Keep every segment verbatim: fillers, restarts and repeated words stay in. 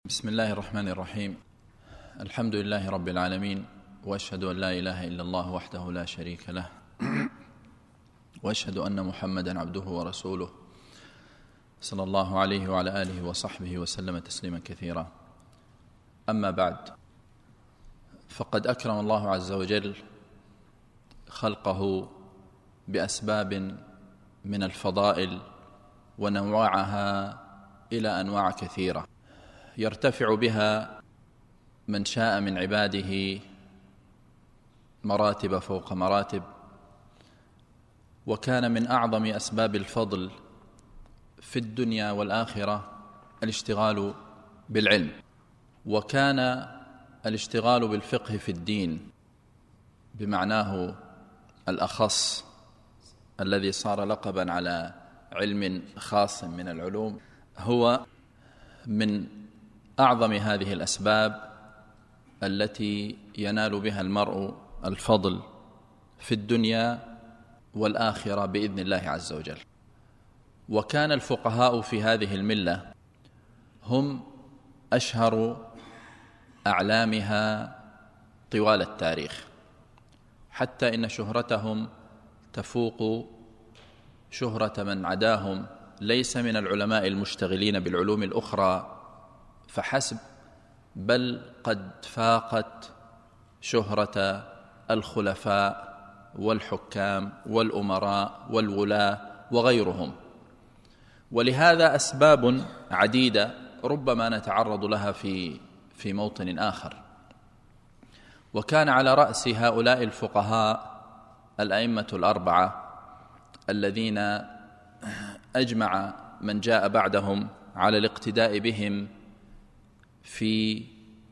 بسم الله الرحمن الرحيم. الحمد لله رب العالمين، وأشهد أن لا إله إلا الله وحده لا شريك له، وأشهد أن محمدا عبده ورسوله صلى الله عليه وعلى آله وصحبه وسلم تسليما كثيرا. أما بعد، فقد أكرم الله عز وجل خلقه بأسباب من الفضائل ونوعها إلى أنواع كثيرة يرتفع بها من شاء من عباده مراتب فوق مراتب. وكان من أعظم أسباب الفضل في الدنيا والآخرة الاشتغال بالعلم، وكان الاشتغال بالفقه في الدين بمعناه الأخص الذي صار لقبا على علم خاص من العلوم هو من أعظم هذه الأسباب التي ينال بها المرء الفضل في الدنيا والآخرة بإذن الله عز وجل. وكان الفقهاء في هذه الملة هم أشهر أعلامها طوال التاريخ، حتى إن شهرتهم تفوق شهرة من عداهم، ليس من العلماء المشتغلين بالعلوم الأخرى فحسب، بل قد فاقت شهرة الخلفاء والحكام والأمراء والولاة وغيرهم. ولهذا أسباب عديدة ربما نتعرض لها في في موطن آخر. وكان على رأس هؤلاء الفقهاء الأئمة الأربعة الذين أجمع من جاء بعدهم على الاقتداء بهم في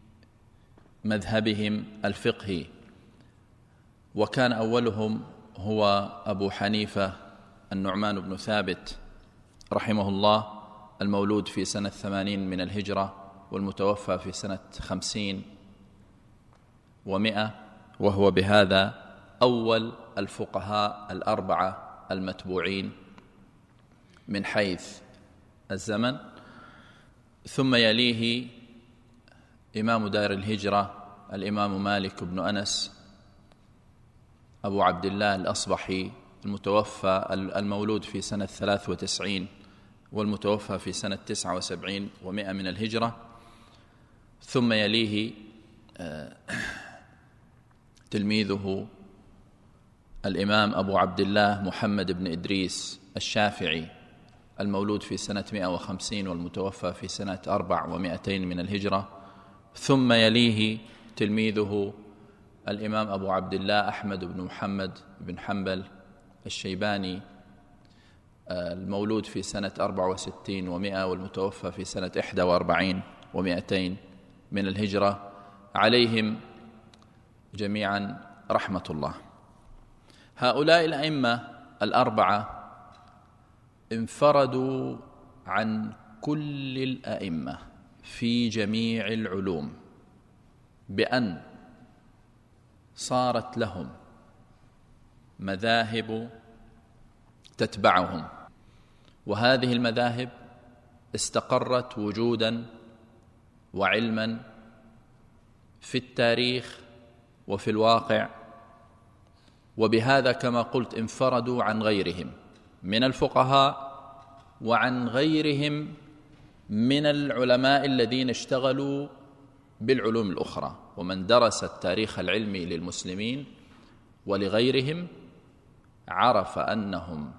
مذهبهم الفقهي. وكان أولهم هو أبو حنيفة النعمان بن ثابت رحمه الله، المولود في سنة ثمانين من الهجرة والمتوفى في سنة خمسين ومئة، وهو بهذا أول الفقهاء الأربعة المتبوعين من حيث الزمن. ثم يليه إمام دار الهجرة الإمام مالك بن أنس أبو عبد الله الأصبحي، المتوفى المولود في سنة ثلاث وتسعين والمتوفى في سنة تسعة وسبعين ومئة من الهجرة. ثم يليه تلميذه الإمام أبو عبد الله محمد بن إدريس الشافعي، المولود في سنة مئة وخمسين والمتوفى في سنة أربع ومئتين من الهجرة. ثم يليه تلميذه الإمام أبو عبد الله أحمد بن محمد بن حنبل الشيباني، المولود في سنة أربع وستين ومئة والمتوفى في سنة إحدى وأربعين ومئتين من الهجرة، عليهم جميعا رحمة الله. هؤلاء الأئمة الأربعة انفردوا عن كل الأئمة في جميع العلوم بأن صارت لهم مذاهب تتبعهم، وهذه المذاهب استقرت وجودا وعلما في التاريخ وفي الواقع. وبهذا كما قلت انفردوا عن غيرهم من الفقهاء وعن غيرهم من العلماء الذين اشتغلوا بالعلوم الأخرى. ومن درس التاريخ العلمي للمسلمين ولغيرهم عرف أنهم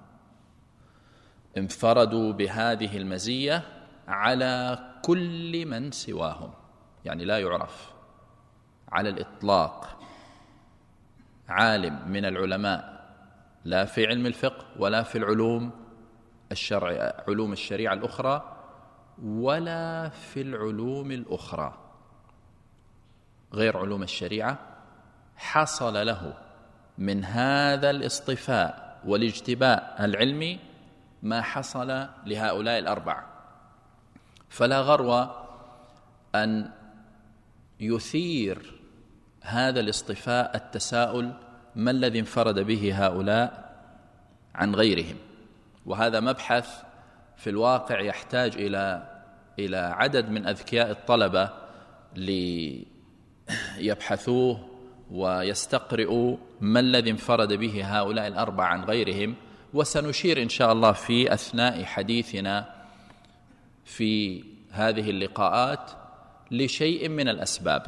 انفردوا بهذه المزية على كل من سواهم، يعني لا يعرف على الإطلاق عالم من العلماء لا في علم الفقه ولا في العلوم الشرع علوم الشريعة الأخرى ولا في العلوم الأخرى غير علوم الشريعة حصل له من هذا الاصطفاء والاجتباء العلمي ما حصل لهؤلاء الأربعة. فلا غرو أن يثير هذا الاصطفاء التساؤل: ما الذي انفرد به هؤلاء عن غيرهم؟ وهذا مبحث في الواقع يحتاج إلى إلى عدد من أذكياء الطلبة ليبحثوه ويستقرئوا ما الذي انفرد به هؤلاء الأربعة عن غيرهم، وسنشير إن شاء الله في أثناء حديثنا في هذه اللقاءات لشيء من الأسباب.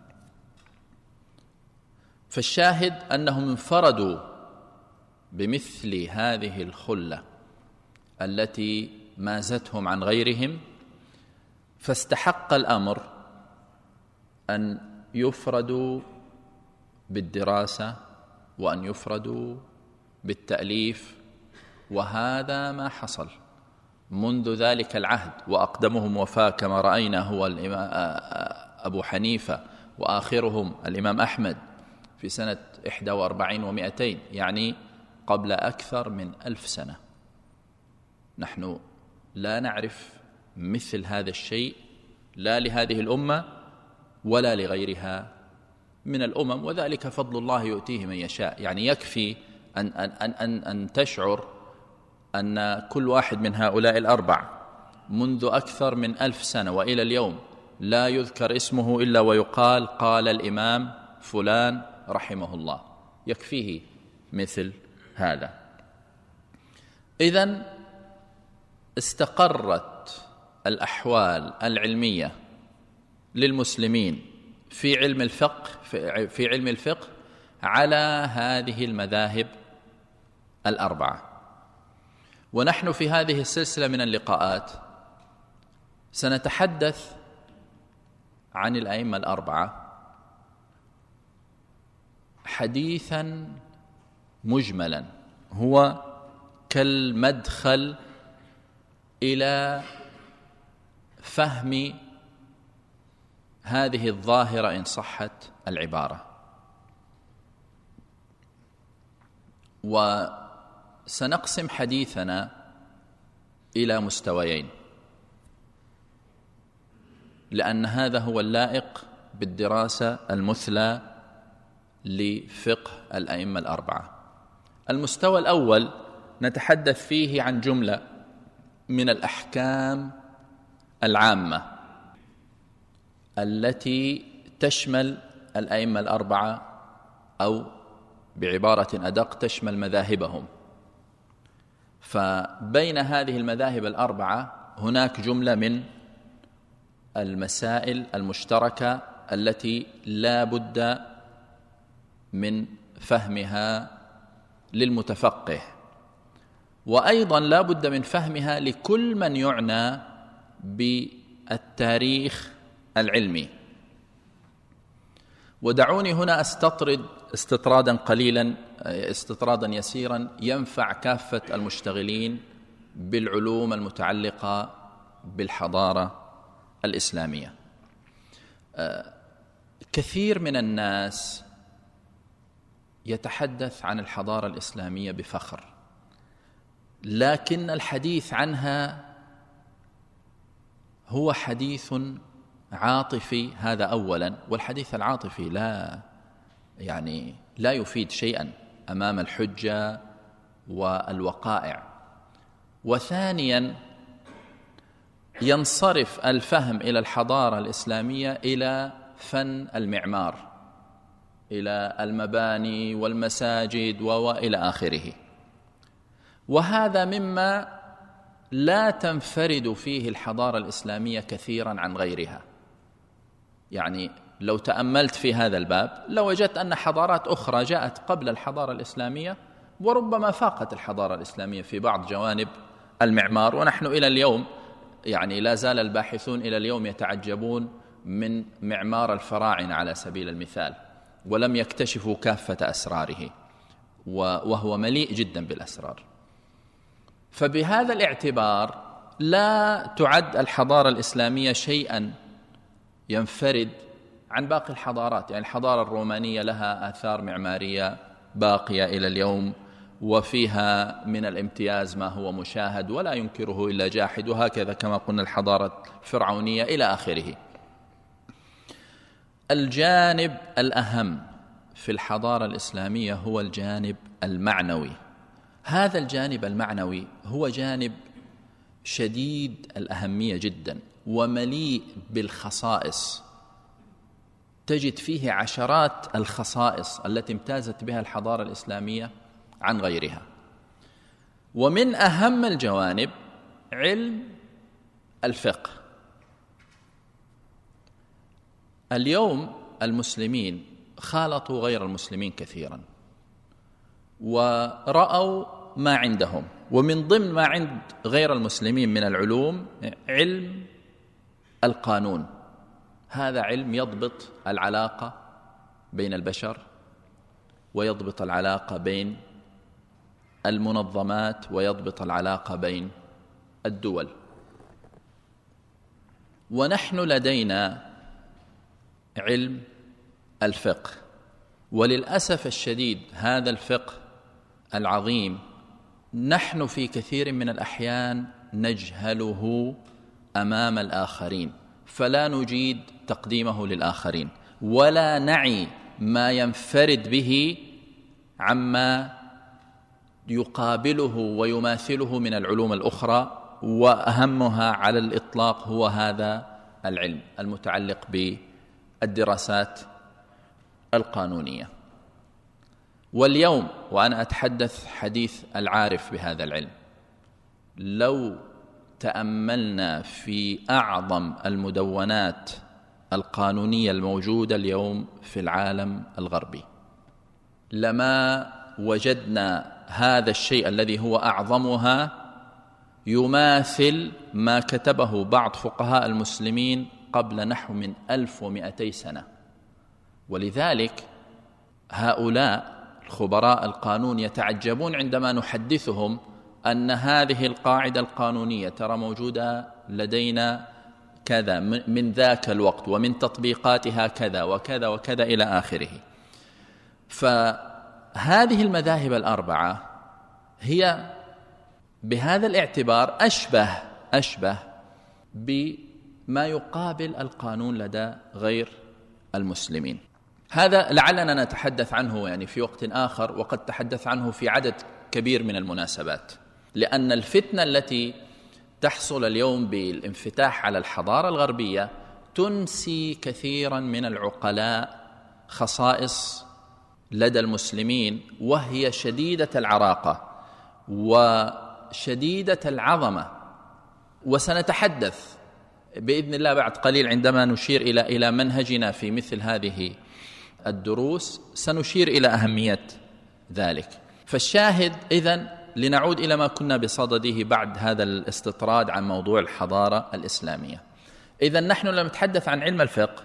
فالشاهد أنهم انفردوا بمثل هذه الخلة التي مازتهم عن غيرهم، فاستحق الأمر أن يفردوا بالدراسة وأن يفردوا بالتأليف، وهذا ما حصل منذ ذلك العهد. وأقدمهم وفاة كما رأينا هو الإمام أبو حنيفة، وآخرهم الإمام أحمد في سنة إحدى وأربعين ومئتين، يعني قبل أكثر من ألف سنة. نحن لا نعرف مثل هذا الشيء لا لهذه الأمة ولا لغيرها من الأمم، وذلك فضل الله يؤتيه من يشاء. يعني يكفي أن, أن, أن, أن تشعر أن كل واحد من هؤلاء الأربع منذ أكثر من ألف سنة وإلى اليوم لا يذكر اسمه إلا ويقال قال الإمام فلان رحمه الله، يكفيه مثل هذا. إذن استقرت الأحوال العلمية للمسلمين في علم الفقه في علم الفقه على هذه المذاهب الأربعة. ونحن في هذه السلسلة من اللقاءات سنتحدث عن الأئمة الأربعة حديثا مجملا، هو كالمدخل إلى فهم هذه الظاهرة إن صحت العبارة. وسنقسم حديثنا إلى مستويين، لأن هذا هو اللائق بالدراسة المثلى لفقه الأئمة الأربعة. المستوى الأول نتحدث فيه عن جملة من الأحكام العامة التي تشمل الأئمة الأربعة، أو بعبارة أدق تشمل مذاهبهم. فبين هذه المذاهب الأربعة هناك جملة من المسائل المشتركة التي لا بد من فهمها للمتفقه، وأيضا لا بد من فهمها لكل من يعنى بالتاريخ العلمي. ودعوني هنا أستطرد استطرادا قليلا استطرادا يسيرا ينفع كافة المشتغلين بالعلوم المتعلقة بالحضارة الإسلامية. كثير من الناس يتحدث عن الحضارة الإسلامية بفخر، لكن الحديث عنها هو حديث عاطفي، هذا أولا. والحديث العاطفي لا يعني لا يفيد شيئا أمام الحجة والوقائع. وثانيا ينصرف الفهم إلى الحضارة الإسلامية إلى فن المعمار، إلى المباني والمساجد وإلى آخره. وهذا مما لا تنفرد فيه الحضارة الإسلامية كثيرا عن غيرها. يعني لو تأملت في هذا الباب لوجدت أن حضارات أخرى جاءت قبل الحضارة الإسلامية وربما فاقت الحضارة الإسلامية في بعض جوانب المعمار. ونحن إلى اليوم يعني لا زال الباحثون إلى اليوم يتعجبون من معمار الفراعنة على سبيل المثال، ولم يكتشفوا كافة أسراره، وهو مليء جدا بالأسرار. فبهذا الاعتبار لا تعد الحضارة الإسلامية شيئا ينفرد عن باقي الحضارات. يعني الحضارة الرومانية لها آثار معمارية باقية إلى اليوم، وفيها من الامتياز ما هو مشاهد ولا ينكره إلا جاحد، وهكذا كما قلنا الحضارة الفرعونية إلى آخره. الجانب الأهم في الحضارة الإسلامية هو الجانب المعنوي. هذا الجانب المعنوي هو جانب شديد الأهمية جدا، ومليء بالخصائص، تجد فيه عشرات الخصائص التي امتازت بها الحضارة الإسلامية عن غيرها. ومن أهم الجوانب علم الفقه. اليوم المسلمين خالطوا غير المسلمين كثيرا ورأوا ما عندهم، ومن ضمن ما عند غير المسلمين من العلوم علم القانون. هذا علم يضبط العلاقة بين البشر، ويضبط العلاقة بين المنظمات، ويضبط العلاقة بين الدول. ونحن لدينا علم الفقه، وللأسف الشديد هذا الفقه العظيم نحن في كثير من الأحيان نجهله أمام الآخرين، فلا نجيد تقديمه للآخرين، ولا نعي ما ينفرد به عما يقابله ويماثله من العلوم الأخرى، وأهمها على الإطلاق هو هذا العلم المتعلق بالدراسات القانونية. واليوم وأنا أتحدث حديث العارف بهذا العلم، لو تأملنا في أعظم المدونات القانونية الموجودة اليوم في العالم الغربي لما وجدنا هذا الشيء الذي هو أعظمها يماثل ما كتبه بعض فقهاء المسلمين قبل نحو من ألف ومئتي سنة. ولذلك هؤلاء الخبراء القانون يتعجبون عندما نحدثهم أن هذه القاعدة القانونية ترى موجودة لدينا كذا من ذاك الوقت، ومن تطبيقاتها كذا وكذا وكذا إلى آخره. فهذه المذاهب الأربعة هي بهذا الاعتبار أشبه أشبه بما يقابل القانون لدى غير المسلمين. هذا لعلنا نتحدث عنه يعني في وقت آخر، وقد تحدث عنه في عدد كبير من المناسبات، لأن الفتنة التي تحصل اليوم بالانفتاح على الحضارة الغربية تنسي كثيرا من العقلاء خصائص لدى المسلمين، وهي شديدة العراقة وشديدة العظمة. وسنتحدث بإذن الله بعد قليل عندما نشير إلى إلى منهجنا في مثل هذه الدروس، سنشير إلى أهمية ذلك. فالشاهد إذن لنعود إلى ما كنا بصدده بعد هذا الاستطراد عن موضوع الحضارة الإسلامية. إذن نحن لما نتحدث عن علم الفقه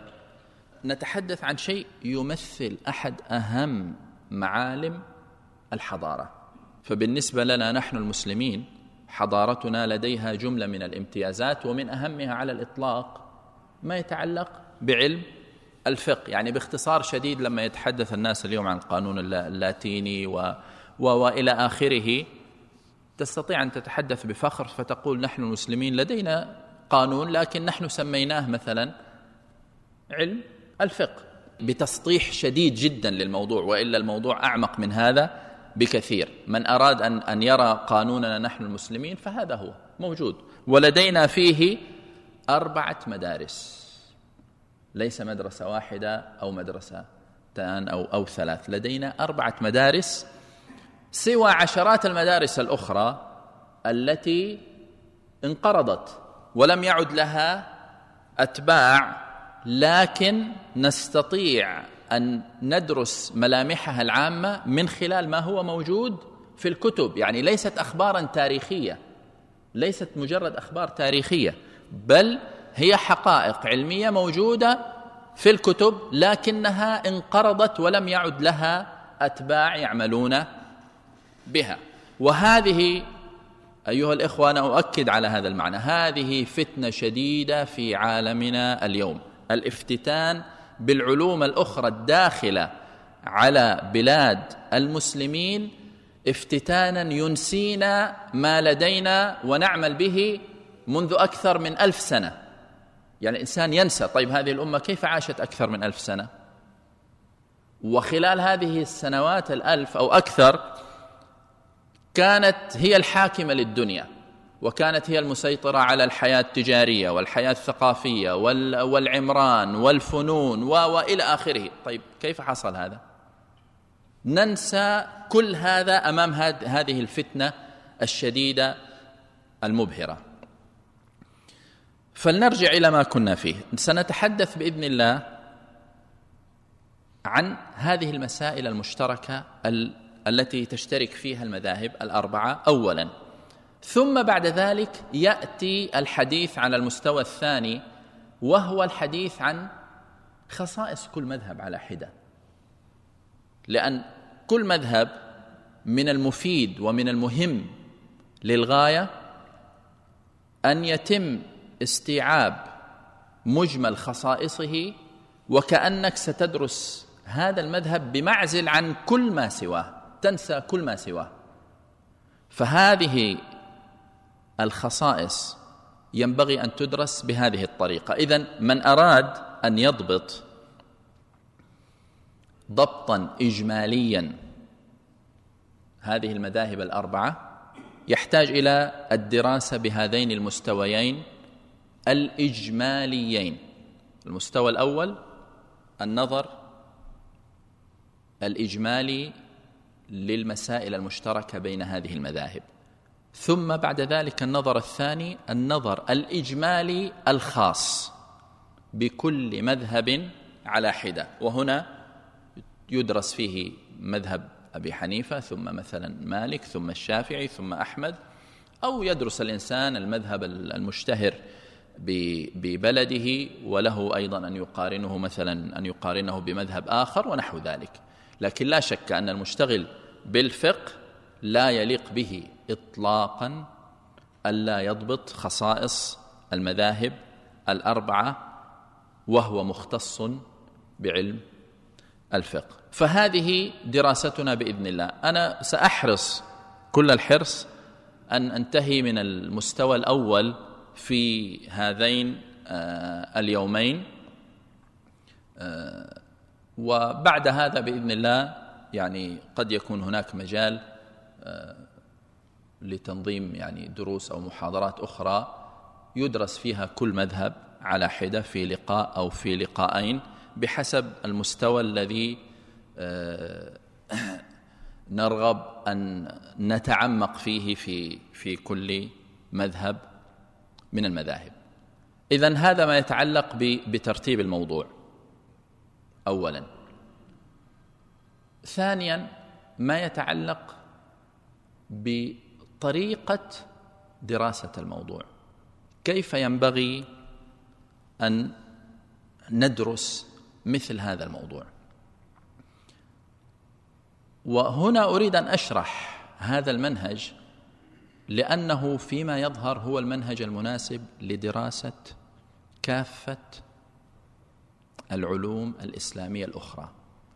نتحدث عن شيء يمثل أحد أهم معالم الحضارة. فبالنسبة لنا نحن المسلمين حضارتنا لديها جملة من الامتيازات، ومن أهمها على الإطلاق ما يتعلق بعلم الفقه. يعني باختصار شديد لما يتحدث الناس اليوم عن القانون اللاتيني و... و... وإلى آخره، تستطيع أن تتحدث بفخر فتقول نحن المسلمين لدينا قانون، لكن نحن سميناه مثلا علم الفقه، بتسطيح شديد جدا للموضوع، وإلا الموضوع أعمق من هذا بكثير. من أراد أن أن يرى قانوننا نحن المسلمين فهذا هو موجود، ولدينا فيه أربعة مدارس، ليس مدرسة واحدة أو مدرستان أو أو ثلاث، لدينا أربعة مدارس سوى عشرات المدارس الأخرى التي انقرضت ولم يعد لها أتباع، لكن نستطيع أن ندرس ملامحها العامة من خلال ما هو موجود في الكتب. يعني ليست أخبارا تاريخية، ليست مجرد أخبار تاريخية، بل هي حقائق علمية موجودة في الكتب، لكنها انقرضت ولم يعد لها أتباع يعملون بها. وهذه أيها الإخوة أنا أؤكد على هذا المعنى، هذه فتنة شديدة في عالمنا اليوم، الافتتان بالعلوم الأخرى الداخلة على بلاد المسلمين افتتانا ينسينا ما لدينا ونعمل به منذ أكثر من ألف سنة. يعني الإنسان ينسى، طيب هذه الأمة كيف عاشت أكثر من ألف سنة؟ وخلال هذه السنوات الألف أو أكثر كانت هي الحاكمة للدنيا، وكانت هي المسيطرة على الحياة التجارية والحياة الثقافية والعمران والفنون وإلى آخره. طيب كيف حصل هذا؟ ننسى كل هذا أمام هذه الفتنة الشديدة المبهرة. فلنرجع إلى ما كنا فيه. سنتحدث بإذن الله عن هذه المسائل المشتركة التي تشترك فيها المذاهب الأربعة أولا، ثم بعد ذلك يأتي الحديث على المستوى الثاني، وهو الحديث عن خصائص كل مذهب على حدة، لأن كل مذهب من المفيد ومن المهم للغاية أن يتم استيعاب مجمل خصائصه، وكأنك ستدرس هذا المذهب بمعزل عن كل ما سواه، تنسى كل ما سواه. فهذه الخصائص ينبغي أن تدرس بهذه الطريقة. إذن من أراد أن يضبط ضبطا إجماليا هذه المذاهب الأربعة يحتاج إلى الدراسة بهذين المستويين الإجماليين. المستوى الأول النظر الإجمالي للمسائل المشتركة بين هذه المذاهب، ثم بعد ذلك النظر الثاني النظر الإجمالي الخاص بكل مذهب على حدة، وهنا يدرس فيه مذهب أبي حنيفة ثم مثلا مالك ثم الشافعي ثم أحمد، أو يدرس الإنسان المذهب المشتهر ببلده وله أيضا أن يقارنه مثلا أن يقارنه بمذهب آخر ونحو ذلك. لكن لا شك أن المشتغل بالفقه لا يليق به إطلاقا ألا يضبط خصائص المذاهب الأربعة وهو مختص بعلم الفقه. فهذه دراستنا بإذن الله. أنا سأحرص كل الحرص أن أنتهي من المستوى الأول في هذين اليومين، وبعد هذا بإذن الله يعني قد يكون هناك مجال لتنظيم يعني دروس أو محاضرات أخرى يدرس فيها كل مذهب على حدة في لقاء أو في لقاءين بحسب المستوى الذي نرغب أن نتعمق فيه في في كل مذهب من المذاهب. إذن هذا ما يتعلق بترتيب الموضوع أولا. ثانيا ما يتعلق بطريقة دراسة الموضوع، كيف ينبغي أن ندرس مثل هذا الموضوع. وهنا أريد أن أشرح هذا المنهج لأنه فيما يظهر هو المنهج المناسب لدراسة كافة العلوم الإسلامية الأخرى.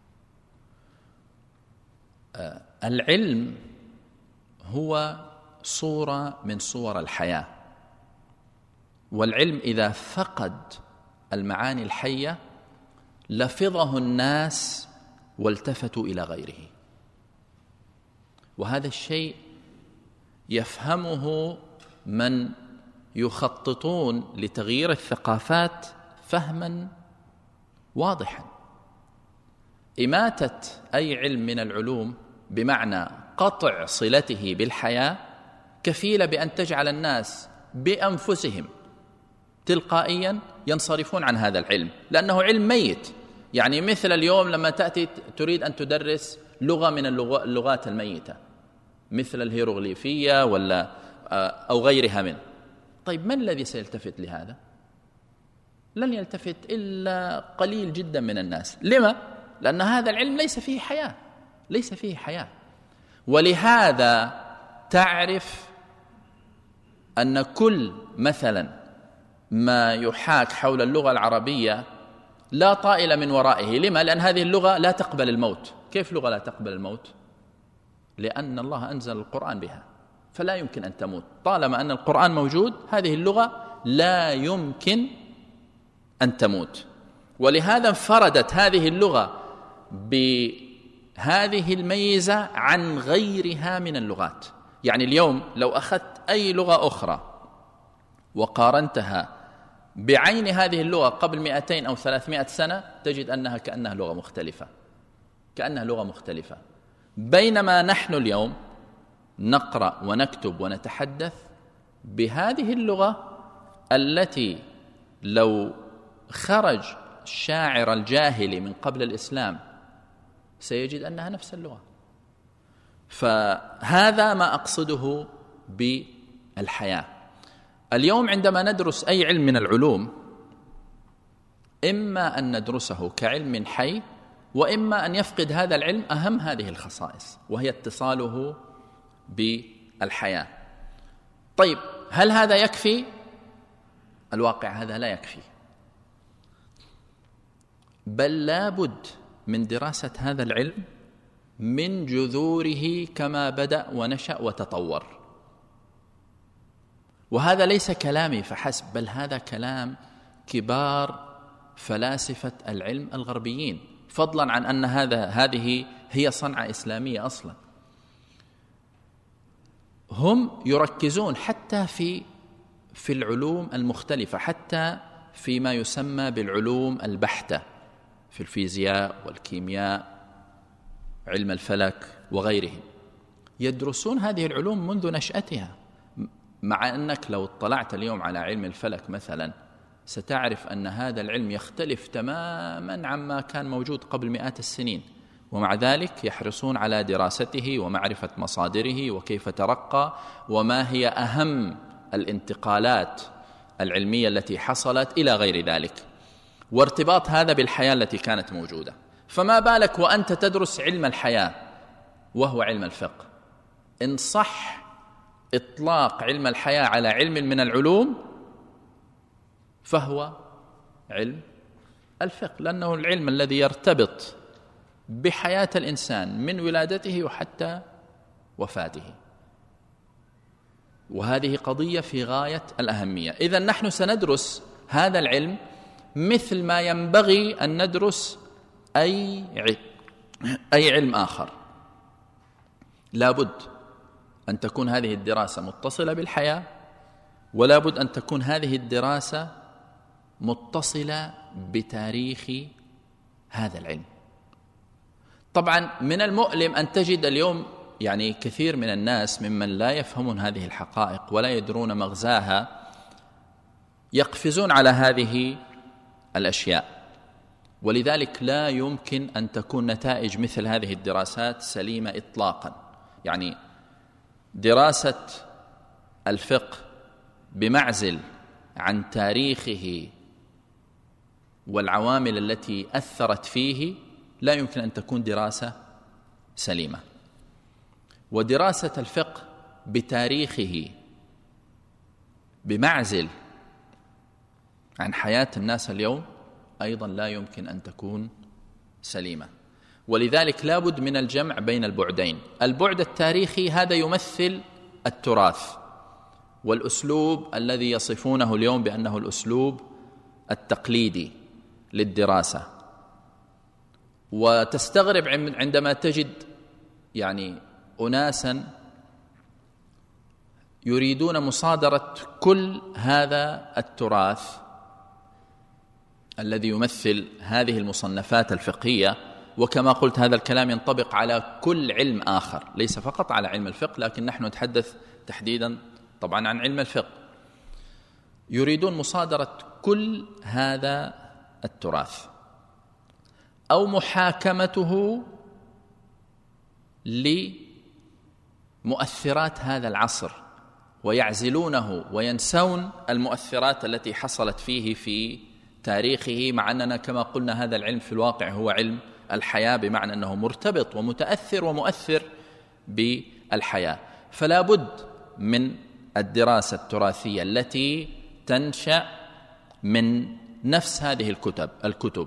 العلم هو صورة من صور الحياة، والعلم إذا فقد المعاني الحية لفظه الناس والتفتوا إلى غيره، وهذا الشيء يفهمه من يخططون لتغيير الثقافات فهما واضحا. إماتة أي علم من العلوم بمعنى قطع صلته بالحياة كفيلة بأن تجعل الناس بأنفسهم تلقائيا ينصرفون عن هذا العلم، لأنه علم ميت. يعني مثل اليوم لما تأتي تريد أن تدرس لغة من اللغات الميتة مثل الهيروغليفية ولا أو غيرها منه، طيب من الذي سيلتفت لهذا؟ لن يلتفت إلا قليل جدا من الناس. لما؟ لأن هذا العلم ليس فيه حياة، ليس فيه حياة. ولهذا تعرف أن كل مثلا ما يحاك حول اللغة العربية لا طائل من ورائه. لما؟ لأن هذه اللغة لا تقبل الموت. كيف لغة لا تقبل الموت؟ لأن الله أنزل القرآن بها، فلا يمكن أن تموت. طالما أن القرآن موجود هذه اللغة لا يمكن أن تموت. ولهذا انفردت هذه اللغة بهذه الميزة عن غيرها من اللغات. يعني اليوم لو أخذت أي لغة أخرى وقارنتها بعين هذه اللغة قبل مئتين أو ثلاثمائة سنة تجد أنها كأنها لغة مختلفة كأنها لغة مختلفة بينما نحن اليوم نقرأ ونكتب ونتحدث بهذه اللغة التي لو خرج الشاعر الجاهلي من قبل الإسلام سيجد أنها نفس اللغة. فهذا ما أقصده بالحياة. اليوم عندما ندرس أي علم من العلوم إما أن ندرسه كعلم حي، وإما أن يفقد هذا العلم أهم هذه الخصائص وهي اتصاله بالحياة. طيب هل هذا يكفي؟ الواقع هذا لا يكفي، بل لا بد من دراسة هذا العلم من جذوره كما بدأ ونشأ وتطور. وهذا ليس كلامي فحسب، بل هذا كلام كبار فلاسفة العلم الغربيين، فضلا عن أن هذا هذه هي صنعة إسلامية أصلا. هم يركزون حتى في في العلوم المختلفة، حتى فيما يسمى بالعلوم البحتة، في الفيزياء والكيمياء علم الفلك وغيرهم، يدرسون هذه العلوم منذ نشأتها. مع أنك لو اطلعت اليوم على علم الفلك مثلا ستعرف أن هذا العلم يختلف تماما عما كان موجود قبل مئات السنين، ومع ذلك يحرصون على دراسته ومعرفة مصادره وكيف ترقى وما هي أهم الانتقالات العلمية التي حصلت إلى غير ذلك، وارتباط هذا بالحياة التي كانت موجودة. فما بالك وأنت تدرس علم الحياة وهو علم الفقه؟ إن صح إطلاق علم الحياة على علم من العلوم فهو علم الفقه، لأنه العلم الذي يرتبط بحياة الإنسان من ولادته وحتى وفاته، وهذه قضية في غاية الأهمية. إذن نحن سندرس هذا العلم مثل ما ينبغي أن ندرس أي أي علم آخر. لا بد أن تكون هذه الدراسة متصلة بالحياة، ولا بد أن تكون هذه الدراسة متصلة بتاريخ هذا العلم. طبعا من المؤلم أن تجد اليوم يعني كثير من الناس ممن لا يفهمون هذه الحقائق ولا يدرون مغزاها يقفزون على هذه الأشياء، ولذلك لا يمكن أن تكون نتائج مثل هذه الدراسات سليمة إطلاقا. يعني دراسة الفقه بمعزل عن تاريخه والعوامل التي أثرت فيه لا يمكن أن تكون دراسة سليمة. ودراسة الفقه بتاريخه بمعزل عن حياة الناس اليوم أيضا لا يمكن أن تكون سليمة. ولذلك لا بد من الجمع بين البعدين. البعد التاريخي هذا يمثل التراث والأسلوب الذي يصفونه اليوم بأنه الأسلوب التقليدي للدراسة، وتستغرب عندما تجد يعني أناسا يريدون مصادرة كل هذا التراث الذي يمثل هذه المصنفات الفقهية. وكما قلت هذا الكلام ينطبق على كل علم آخر، ليس فقط على علم الفقه، لكن نحن نتحدث تحديدا طبعا عن علم الفقه. يريدون مصادرة كل هذا التراث أو محاكمته لمؤثرات هذا العصر، ويعزلونه وينسون المؤثرات التي حصلت فيه في تاريخه، مع أننا كما قلنا هذا العلم في الواقع هو علم الحياة، بمعنى أنه مرتبط ومتأثر ومؤثر بالحياة. فلا بد من الدراسة التراثية التي تنشأ من نفس هذه الكتب الكتب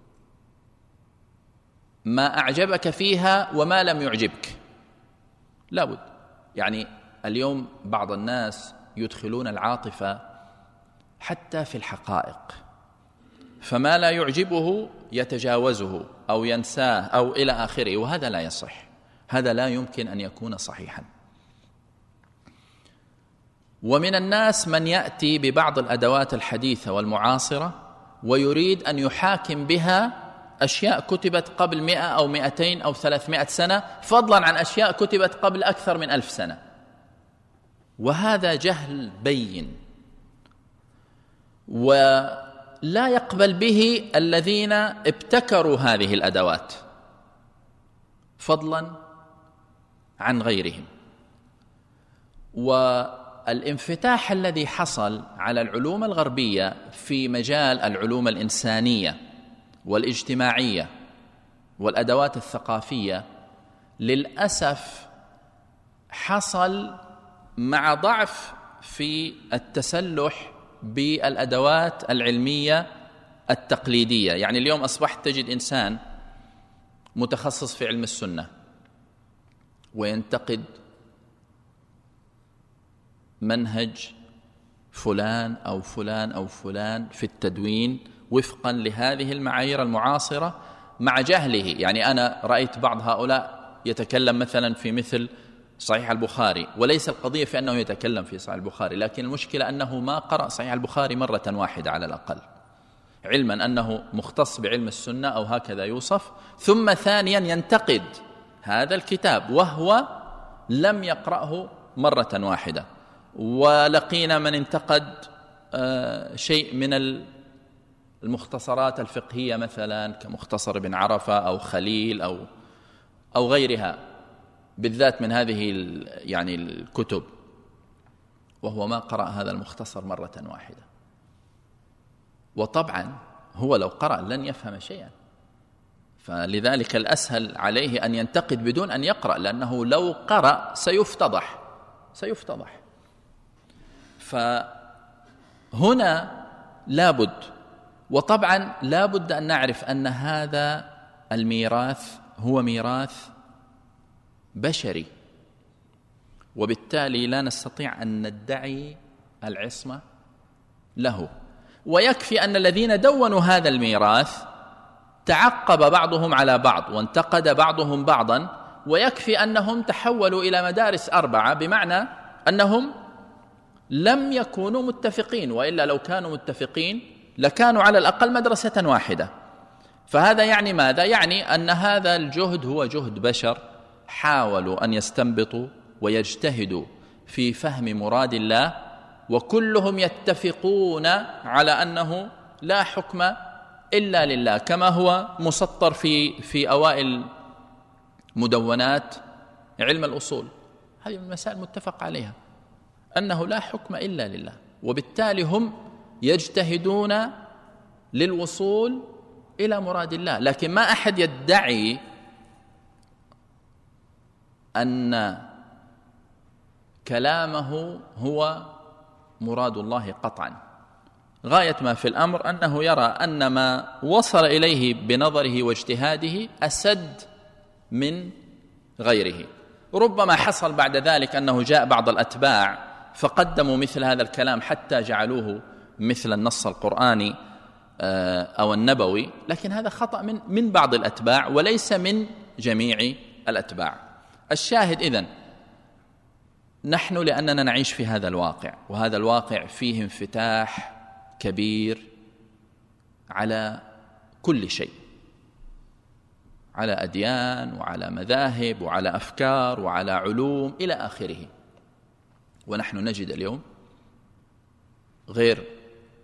ما أعجبك فيها وما لم يعجبك لا بد. يعني اليوم بعض الناس يدخلون العاطفة حتى في الحقائق، فما لا يعجبه يتجاوزه أو ينساه أو إلى آخره، وهذا لا يصح، هذا لا يمكن أن يكون صحيحا. ومن الناس من يأتي ببعض الأدوات الحديثة والمعاصرة ويريد أن يحاكم بها أشياء كتبت قبل مئة أو مئتين أو ثلاثمائة سنة، فضلا عن أشياء كتبت قبل أكثر من ألف سنة. وهذا جهل بين، ولا يقبل به الذين ابتكروا هذه الأدوات فضلا عن غيرهم. والانفتاح الذي حصل على العلوم الغربية في مجال العلوم الإنسانية والاجتماعية والأدوات الثقافية للأسف حصل مع ضعف في التسلح بالأدوات العلمية التقليدية. يعني اليوم أصبحت تجد إنسان متخصص في علم السنة وينتقد منهج فلان أو فلان أو فلان في التدوين وفقا لهذه المعايير المعاصرة مع جهله. يعني أنا رأيت بعض هؤلاء يتكلم مثلا في مثل صحيح البخاري، وليس القضية في أنه يتكلم في صحيح البخاري، لكن المشكلة أنه ما قرأ صحيح البخاري مرة واحدة على الأقل، علما أنه مختص بعلم السنة أو هكذا يوصف، ثم ثانيا ينتقد هذا الكتاب وهو لم يقرأه مرة واحدة. ولقينا من انتقد شيء من المختصرات الفقهية مثلا كمختصر ابن عرفة أو خليل أو أو غيرها، بالذات من هذه يعني الكتب، وهو ما قرأ هذا المختصر مرة واحدة. وطبعا هو لو قرأ لن يفهم شيئا، فلذلك الأسهل عليه أن ينتقد بدون أن يقرأ، لأنه لو قرأ سيفتضح سيفتضح فهنا لابد، وطبعا لابد أن نعرف أن هذا الميراث هو ميراث بشري، وبالتالي لا نستطيع أن ندعي العصمة له. ويكفي أن الذين دونوا هذا الميراث تعقب بعضهم على بعض وانتقد بعضهم بعضا، ويكفي أنهم تحولوا إلى مدارس أربعة، بمعنى أنهم لم يكونوا متفقين، وإلا لو كانوا متفقين لكانوا على الأقل مدرسة واحدة. فهذا يعني ماذا؟ يعني أن هذا الجهد هو جهد بشر حاولوا أن يستنبطوا ويجتهدوا في فهم مراد الله، وكلهم يتفقون على أنه لا حكم إلا لله، كما هو مسطر في في أوائل مدونات علم الأصول. هذه المسائل متفق عليها أنه لا حكم إلا لله، وبالتالي هم يجتهدون للوصول إلى مراد الله. لكن ما أحد يدعي أن كلامه هو مراد الله قطعا. غاية ما في الأمر أنه يرى أن ما وصل إليه بنظره واجتهاده أسد من غيره. ربما حصل بعد ذلك أنه جاء بعض الأتباع فقدموا مثل هذا الكلام حتى جعلوه مثل النص القرآني أو النبوي، لكن هذا خطأ من من بعض الأتباع وليس من جميع الأتباع. الشاهد إذن نحن لأننا نعيش في هذا الواقع، وهذا الواقع فيه انفتاح كبير على كل شيء، على أديان وعلى مذاهب وعلى أفكار وعلى علوم إلى آخره. ونحن نجد اليوم غير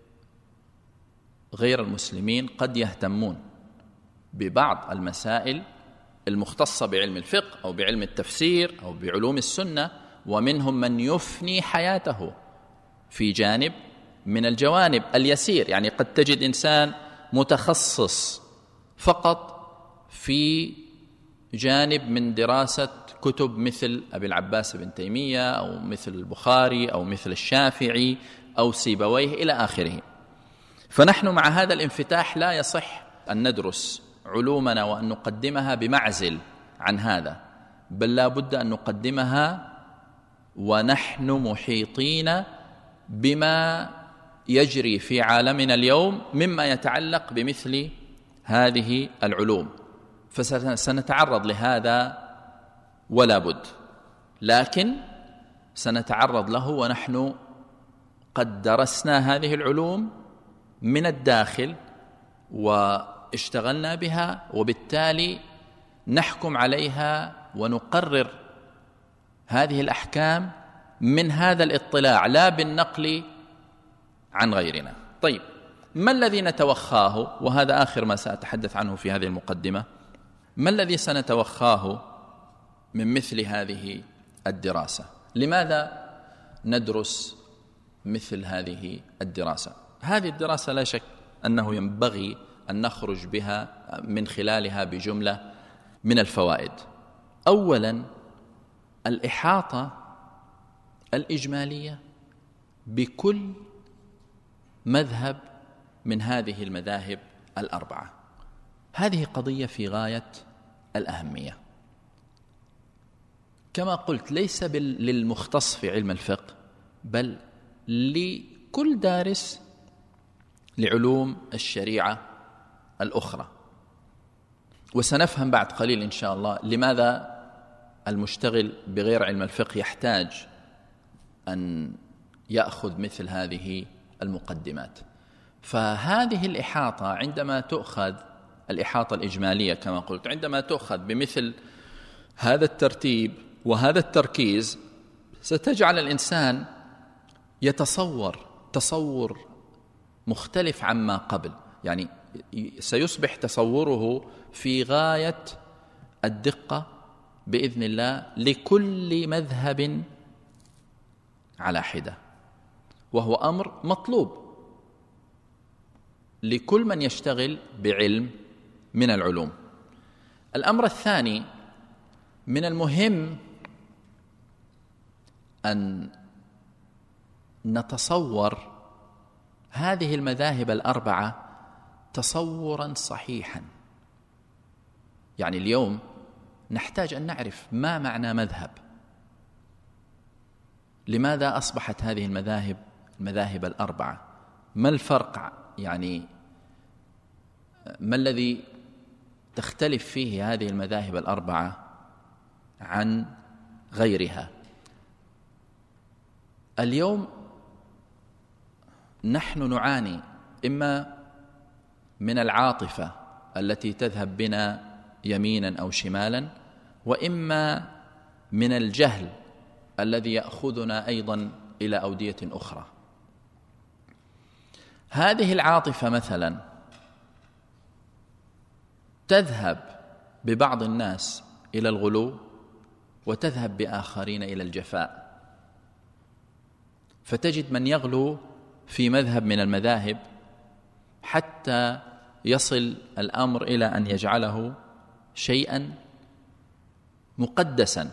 غير المسلمين قد يهتمون ببعض المسائل المختصة بعلم الفقه أو بعلم التفسير أو بعلوم السنة، ومنهم من يفني حياته في جانب من الجوانب اليسير. يعني قد تجد إنسان متخصص فقط في جانب من دراسة كتب مثل أبي العباس بن تيمية أو مثل البخاري أو مثل الشافعي أو سيبويه إلى آخره. فنحن مع هذا الانفتاح لا يصح أن ندرس علومنا وأن نقدمها بمعزل عن هذا، بل لا بد أن نقدمها ونحن محيطين بما يجري في عالمنا اليوم مما يتعلق بمثل هذه العلوم. فسنتعرض لهذا ولا بد، لكن سنتعرض له ونحن قد درسنا هذه العلوم من الداخل واشتغلنا بها، وبالتالي نحكم عليها ونقرر هذه الأحكام من هذا الاطلاع لا بالنقل عن غيرنا. طيب، ما الذي نتوخاه؟ وهذا آخر ما سأتحدث عنه في هذه المقدمة. ما الذي سنتوخاه من مثل هذه الدراسة؟ لماذا ندرس مثل هذه الدراسة؟ هذه الدراسة لا شك أنه ينبغي أن نخرج بها من خلالها بجملة من الفوائد. أولا، الإحاطة الإجمالية بكل مذهب من هذه المذاهب الأربعة. هذه قضية في غاية الأهمية. كما قلت، ليس للمختص في علم الفقه، بل لكل دارس لعلوم الشريعة الأخرى. وسنفهم بعد قليل إن شاء الله لماذا المشتغل بغير علم الفقه يحتاج أن يأخذ مثل هذه المقدمات. فهذه الإحاطة عندما تؤخذ، الإحاطة الإجمالية كما قلت، عندما تؤخذ بمثل هذا الترتيب وهذا التركيز، ستجعل الإنسان يتصور تصور مختلف عما قبل، يعني سيصبح تصوره في غاية الدقة بإذن الله لكل مذهب على حدة، وهو أمر مطلوب لكل من يشتغل بعلم من العلوم. الأمر الثاني، من المهم أن نتصور هذه المذاهب الأربعة تصورا صحيحا. يعني اليوم نحتاج أن نعرف ما معنى مذهب، لماذا أصبحت هذه المذاهب المذاهب الأربعة، ما الفرق، يعني ما الذي تختلف فيه هذه المذاهب الأربعة عن غيرها. اليوم نحن نعاني إما من العاطفة التي تذهب بنا يمينا أو شمالا، وإما من الجهل الذي يأخذنا أيضا إلى أودية أخرى. هذه العاطفة مثلا تذهب ببعض الناس إلى الغلو، وتذهب بآخرين إلى الجفاء. فتجد من يغلو في مذهب من المذاهب حتى يصل الأمر إلى أن يجعله شيئا مقدسا،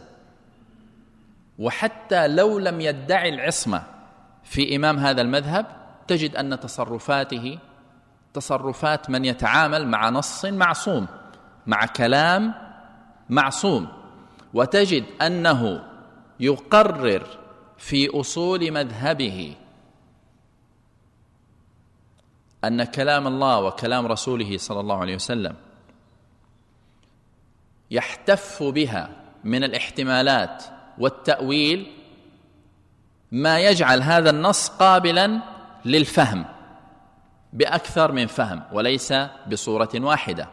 وحتى لو لم يدعي العصمة في إمام هذا المذهب تجد أن تصرفاته تصرفات من يتعامل مع نص معصوم، مع كلام معصوم، وتجد أنه يقرر في أصول مذهبه أن كلام الله وكلام رسوله صلى الله عليه وسلم يحتف بها من الاحتمالات والتأويل ما يجعل هذا النص قابلا للفهم بأكثر من فهم وليس بصورة واحدة،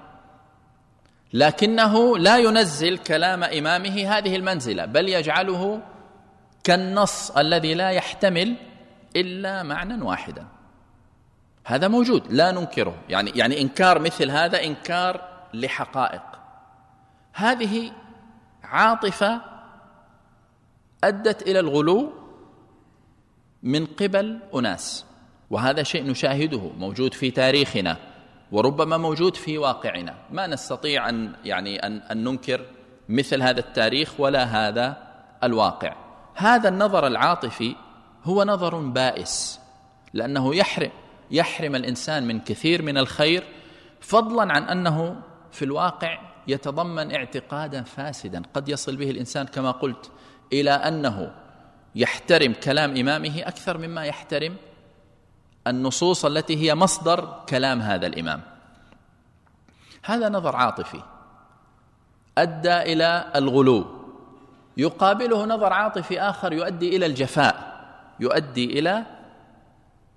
لكنه لا ينزل كلام إمامه هذه المنزلة، بل يجعله كالنص الذي لا يحتمل إلا معنى واحدا. هذا موجود لا ننكره، يعني يعني إنكار مثل هذا إنكار لحقائق. هذه عاطفة أدت إلى الغلو من قبل أناس، وهذا شيء نشاهده موجود في تاريخنا وربما موجود في واقعنا. ما نستطيع أن يعني أن, أن ننكر مثل هذا التاريخ ولا هذا الواقع. هذا النظر العاطفي هو نظر بائس، لأنه يحرم يحرم الإنسان من كثير من الخير، فضلا عن أنه في الواقع يتضمن اعتقادا فاسدا قد يصل به الإنسان كما قلت إلى أنه يحترم كلام إمامه أكثر مما يحترم النصوص التي هي مصدر كلام هذا الإمام. هذا نظر عاطفي أدى إلى الغلو، يقابله نظر عاطفي آخر يؤدي إلى الجفاء، يؤدي إلى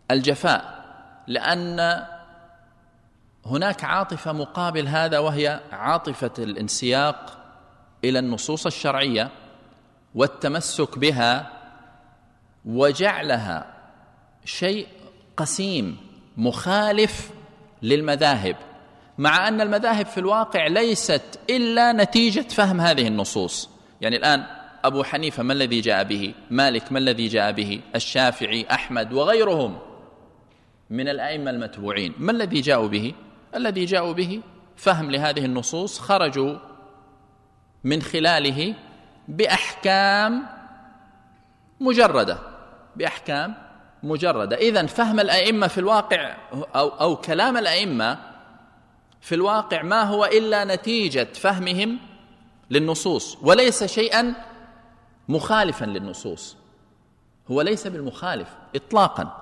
الجفاء، لأن هناك عاطفة مقابل هذا، وهي عاطفة الانسياق إلى النصوص الشرعية والتمسك بها وجعلها شيء قسيم مخالف للمذاهب، مع أن المذاهب في الواقع ليست إلا نتيجة فهم هذه النصوص. يعني الآن أبو حنيفة ما الذي جاء به؟ مالك ما الذي جاء به؟ الشافعي، أحمد وغيرهم من الأئمة المتبوعين ما الذي جاءوا به؟ الذي جاءوا به فهم لهذه النصوص، خرجوا من خلاله بأحكام مجردة بأحكام مجردة. إذن فهم الأئمة في الواقع أو, أو كلام الأئمة في الواقع ما هو إلا نتيجة فهمهم للنصوص، وليس شيئا مخالفا للنصوص، هو ليس بالمخالف إطلاقا.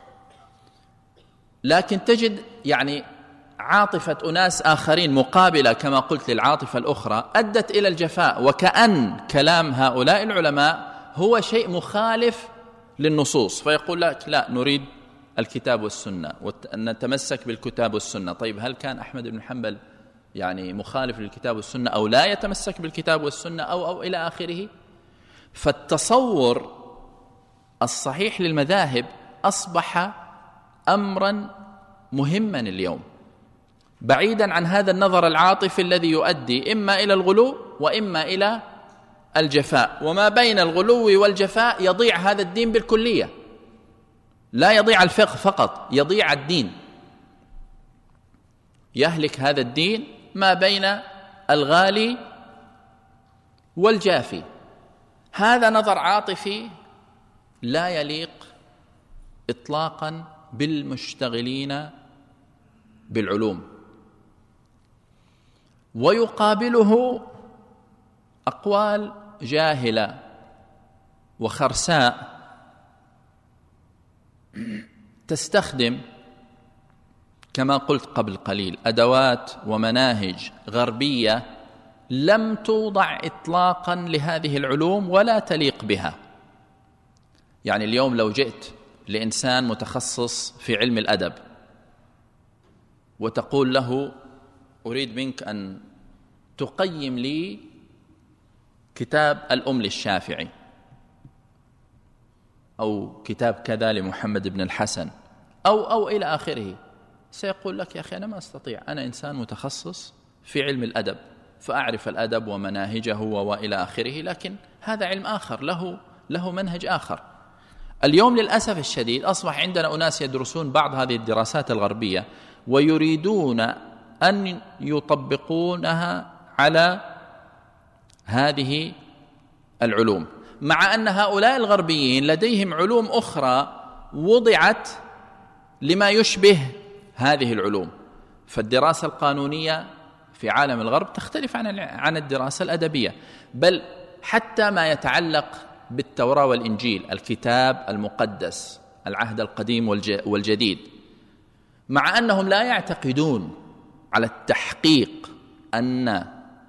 لكن تجد يعني عاطفة أناس آخرين مقابلة كما قلت للعاطفة الأخرى أدت إلى الجفاء، وكأن كلام هؤلاء العلماء هو شيء مخالف للنصوص، فيقول لك لا، نريد الكتاب والسنة ونتمسك بالكتاب والسنة. طيب هل كان أحمد بن حنبل يعني مخالف للكتاب والسنة أو لا يتمسك بالكتاب والسنة أو, أو إلى آخره؟ فالتصور الصحيح للمذاهب أصبح أمرا مهما اليوم، بعيدا عن هذا النظر العاطفي الذي يؤدي إما إلى الغلو وإما إلى الجفاء. وما بين الغلو والجفاء يضيع هذا الدين بالكلية، لا يضيع الفقه فقط، يضيع الدين، يهلك هذا الدين ما بين الغالي والجافي. هذا نظر عاطفي لا يليق إطلاقا بالمشتغلين بالعلوم، ويقابله أقوال جاهلة وخرساء تستخدم كما قلت قبل قليل أدوات ومناهج غربية لم توضع إطلاقا لهذه العلوم ولا تليق بها. يعني اليوم لو جئت لإنسان متخصص في علم الأدب وتقول له أريد منك أن تقيم لي كتاب الأم للشافعي أو كتاب كذا لمحمد بن الحسن أو أو إلى آخره، سيقول لك يا أخي أنا ما أستطيع، أنا إنسان متخصص في علم الأدب فأعرف الأدب ومناهجه وإلى آخره، لكن هذا علم آخر له له منهج آخر. اليوم للأسف الشديد أصبح عندنا أناس يدرسون بعض هذه الدراسات الغربية ويريدون أن يطبقونها على هذه العلوم، مع أن هؤلاء الغربيين لديهم علوم أخرى وضعت لما يشبه هذه العلوم. فالدراسة القانونية في عالم الغرب تختلف عن عن الدراسة الأدبية، بل حتى ما يتعلق بالتوراة والإنجيل، الكتاب المقدس، العهد القديم والجديد، مع أنهم لا يعتقدون على التحقيق أن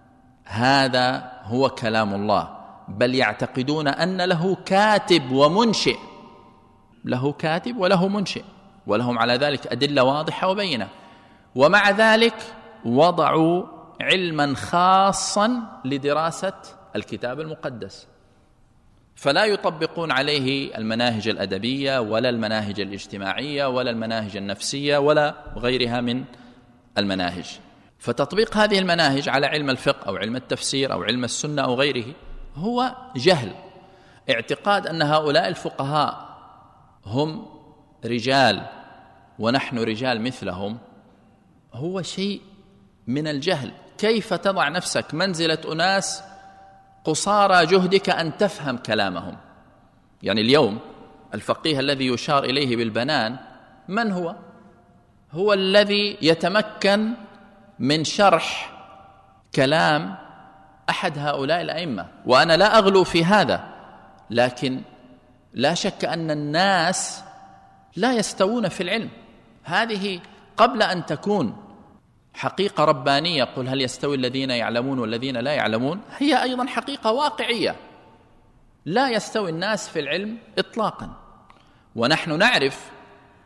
هذا هو كلام الله، بل يعتقدون أن له كاتب ومنشئ، له كاتب وله منشئ، ولهم على ذلك أدلة واضحة وبينة. ومع ذلك وضعوا علما خاصا لدراسة الكتاب المقدس، فلا يطبقون عليه المناهج الأدبية ولا المناهج الاجتماعية ولا المناهج النفسية ولا غيرها من المناهج. فتطبيق هذه المناهج على علم الفقه أو علم التفسير أو علم السنة أو غيره هو جهل، اعتقاد أن هؤلاء الفقهاء هم رجال ونحن رجال مثلهم، هو شيء من الجهل. كيف تضع نفسك منزلة أناس قصارى جهدك أن تفهم كلامهم؟ يعني اليوم الفقيه الذي يشار إليه بالبنان من هو؟ هو الذي يتمكن من شرح كلام أحد هؤلاء الأئمة، وأنا لا أغلو في هذا، لكن لا شك أن الناس لا يستوون في العلم. هذه قبل أن تكون حقيقة ربانية، قل هل يستوي الذين يعلمون والذين لا يعلمون، هي أيضا حقيقة واقعية، لا يستوي الناس في العلم إطلاقا. ونحن نعرف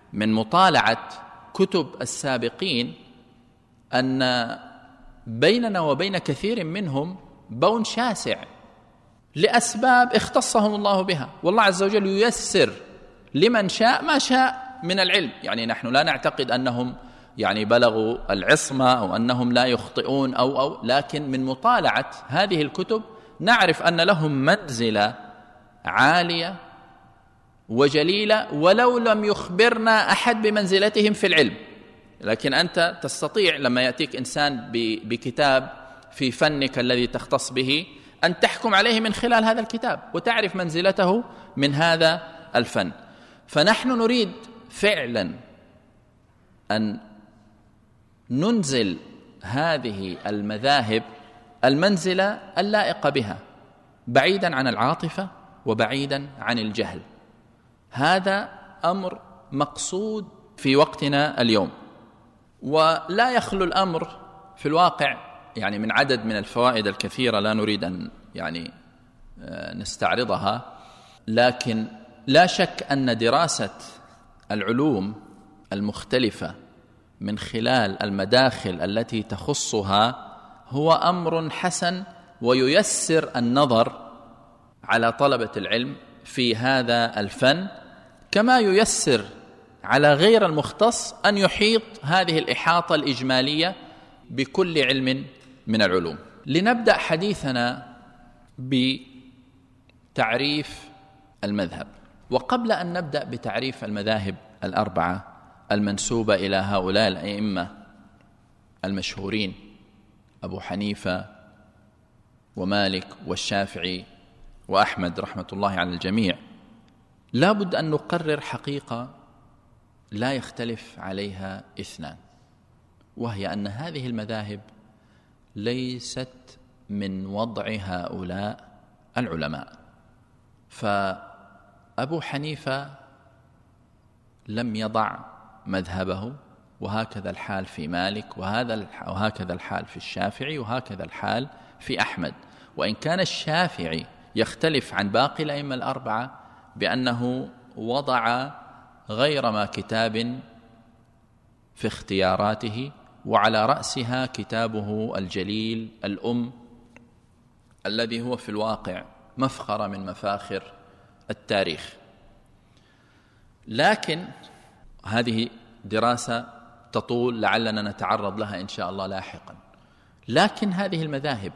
من مطالعة كتب السابقين أن بيننا وبين كثير منهم بون شاسع لأسباب اختصهم الله بها، والله عز وجل ييسر لمن شاء ما شاء من العلم. يعني نحن لا نعتقد أنهم يعني بلغوا العصمة أو أنهم لا يخطئون أو أو لكن من مطالعة هذه الكتب نعرف أن لهم منزلة عالية وجليلة ولو لم يخبرنا أحد بمنزلتهم في العلم. لكن أنت تستطيع لما يأتيك إنسان بكتاب في فنك الذي تختص به أن تحكم عليه من خلال هذا الكتاب وتعرف منزلته من هذا الفن. فنحن نريد فعلا أن ننزل هذه المذاهب المنزلة اللائقة بها، بعيدا عن العاطفة وبعيدا عن الجهل. هذا أمر مقصود في وقتنا اليوم، ولا يخلو الأمر في الواقع يعني من عدد من الفوائد الكثيرة لا نريد أن يعني نستعرضها. لكن لا شك أن دراسة العلوم المختلفة من خلال المداخل التي تخصها هو أمر حسن وييسر النظر على طلبة العلم في هذا الفن، كما ييسر على غير المختص أن يحيط هذه الإحاطة الإجمالية بكل علم من العلوم. لنبدأ حديثنا بتعريف المذهب. وقبل أن نبدأ بتعريف المذاهب الأربعة المنسوبة إلى هؤلاء الأئمة المشهورين أبو حنيفة ومالك والشافعي وأحمد رحمة الله على الجميع، لا بد أن نقرر حقيقة لا يختلف عليها اثنان، وهي أن هذه المذاهب ليست من وضع هؤلاء العلماء. فأبو حنيفة لم يضع مذهبه، وهكذا الحال في مالك، وهذا وهكذا الحال في الشافعي، وهكذا الحال في أحمد. وإن كان الشافعي يختلف عن باقي الأئمة الأربعة بأنه وضع غير ما كتاب في اختياراته، وعلى رأسها كتابه الجليل الأم الذي هو في الواقع مفخرة من مفاخر التاريخ. لكن هذه دراسة تطول لعلنا نتعرض لها إن شاء الله لاحقا. لكن هذه المذاهب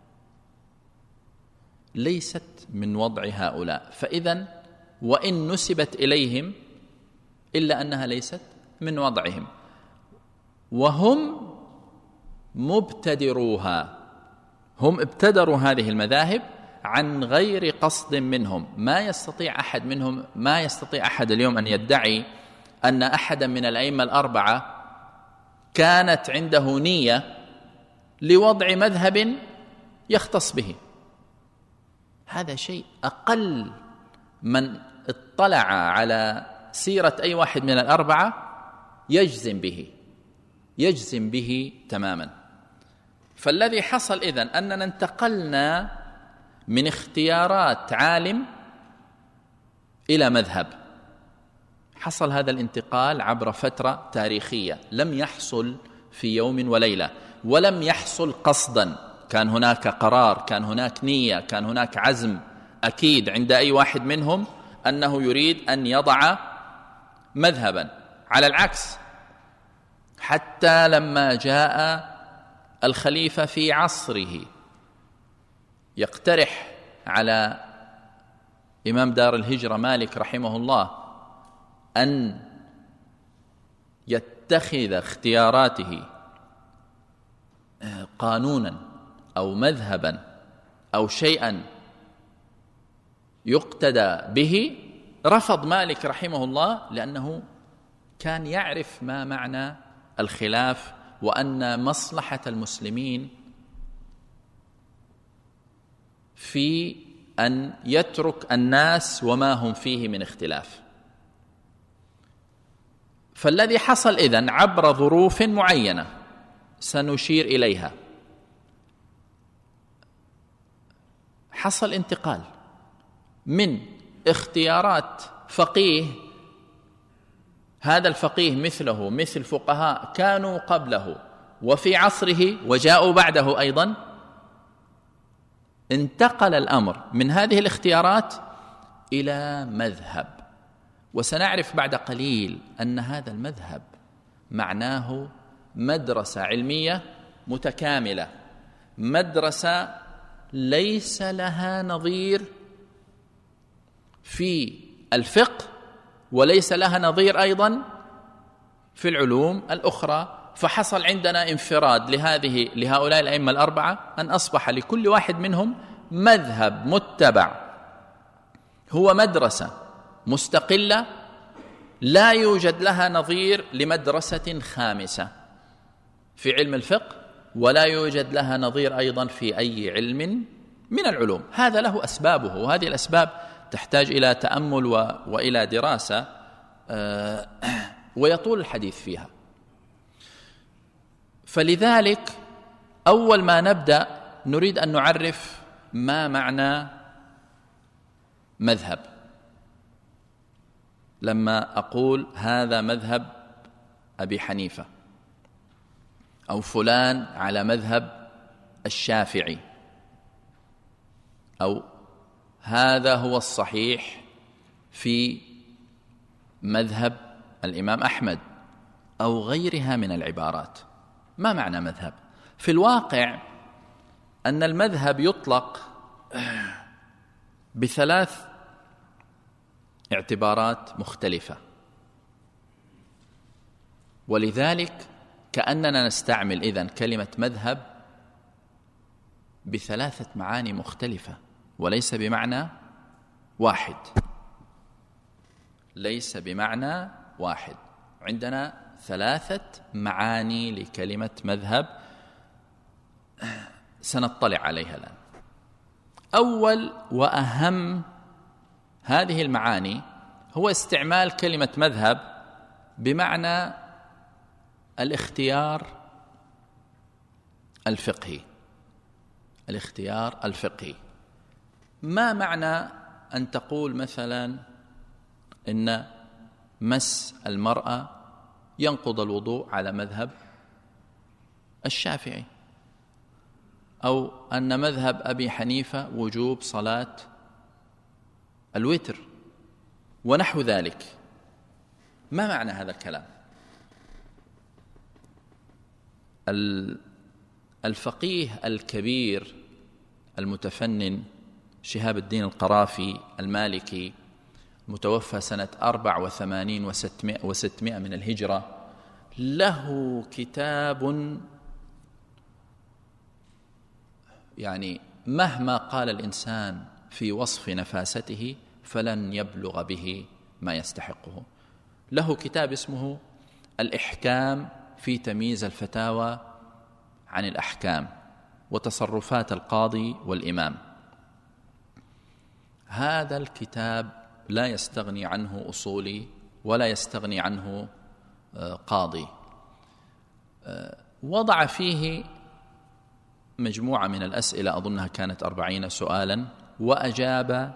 ليست من وضع هؤلاء، فإذن وإن نسبت إليهم إلا أنها ليست من وضعهم، وهم مبتدروها، هم ابتدروا هذه المذاهب عن غير قصد منهم. ما يستطيع أحد منهم ما يستطيع أحد اليوم أن يدعي أن أحدا من الأئمة الأربعة كانت عنده نية لوضع مذهب يختص به. هذا شيء أقل من اطلع على سيرة أي واحد من الأربعة يجزم به يجزم به تماما. فالذي حصل إذن أننا انتقلنا من اختيارات عالم إلى مذهب. حصل هذا الانتقال عبر فترة تاريخية، لم يحصل في يوم وليلة، ولم يحصل قصدا. كان هناك قرار، كان هناك نية، كان هناك عزم أكيد عند أي واحد منهم أنه يريد أن يضع مذهبا. على العكس، حتى لما جاء الخليفة في عصره يقترح على إمام دار الهجرة مالك رحمه الله أن يتخذ اختياراته قانونا أو مذهبا أو شيئا يقتدى به، رفض مالك رحمه الله، لأنه كان يعرف ما معنى الخلاف، وأن مصلحة المسلمين في أن يترك الناس وما هم فيه من اختلاف. فالذي حصل إذن عبر ظروف معينة سنشير إليها، حصل انتقال من اختيارات فقيه هذا الفقيه مثله مثل فقهاء كانوا قبله وفي عصره وجاءوا بعده أيضا، انتقل الأمر من هذه الاختيارات إلى مذهب. وسنعرف بعد قليل أن هذا المذهب معناه مدرسة علمية متكاملة، مدرسة ليس لها نظير في الفقه وليس لها نظير أيضا في العلوم الأخرى. فحصل عندنا انفراد لهذه لهؤلاء الأئمة الأربعة، أن أصبح لكل واحد منهم مذهب متبع، هو مدرسة مستقلة لا يوجد لها نظير لمدرسة خامسة في علم الفقه، ولا يوجد لها نظير أيضا في أي علم من العلوم. هذا له أسبابه، وهذه الأسباب تحتاج إلى تأمل وإلى دراسة ويطول الحديث فيها. فلذلك أول ما نبدأ نريد أن نعرف ما معنى مذهب. لما أقول هذا مذهب أبي حنيفة أو فلان على مذهب الشافعي أو هذا هو الصحيح في مذهب الإمام أحمد أو غيرها من العبارات، ما معنى مذهب؟ في الواقع أن المذهب يطلق بثلاث اعتبارات مختلفة، ولذلك كأننا نستعمل إذن كلمة مذهب بثلاثة معاني مختلفة وليس بمعنى واحد، ليس بمعنى واحد. عندنا ثلاثة معاني لكلمة مذهب سنطلع عليها الآن. أول وأهم هذه المعاني هو استعمال كلمة مذهب بمعنى الاختيار الفقهي. الاختيار الفقهي، ما معنى أن تقول مثلا إن مس المرأة ينقض الوضوء على مذهب الشافعي، أو أن مذهب أبي حنيفة وجوب صلاة الوتر ونحو ذلك؟ ما معنى هذا الكلام؟ الفقيه الكبير المتفنن شهاب الدين القرافي المالكي متوفى سنة أربع وثمانين وستمائة من الهجرة، له كتاب يعني مهما قال الإنسان في وصف نفاسته فلن يبلغ به ما يستحقه. له كتاب اسمه الإحكام في تمييز الفتاوى عن الأحكام وتصرفات القاضي والإمام. هذا الكتاب لا يستغني عنه أصولي ولا يستغني عنه قاضي. وضع فيه مجموعة من الأسئلة أظنها كانت أربعين سؤالا، وأجاب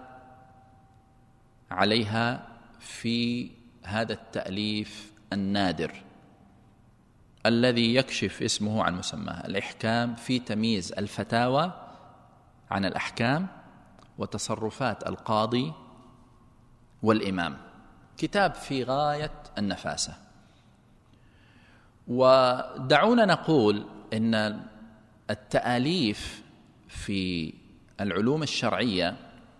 عليها في هذا التأليف النادر الذي يكشف اسمه عن مسماه، الإحكام في تمييز الفتاوى عن الأحكام وتصرفات القاضي والإمام. كتاب في غاية النفاسة. ودعونا نقول إن التأليف في العلوم الشرعية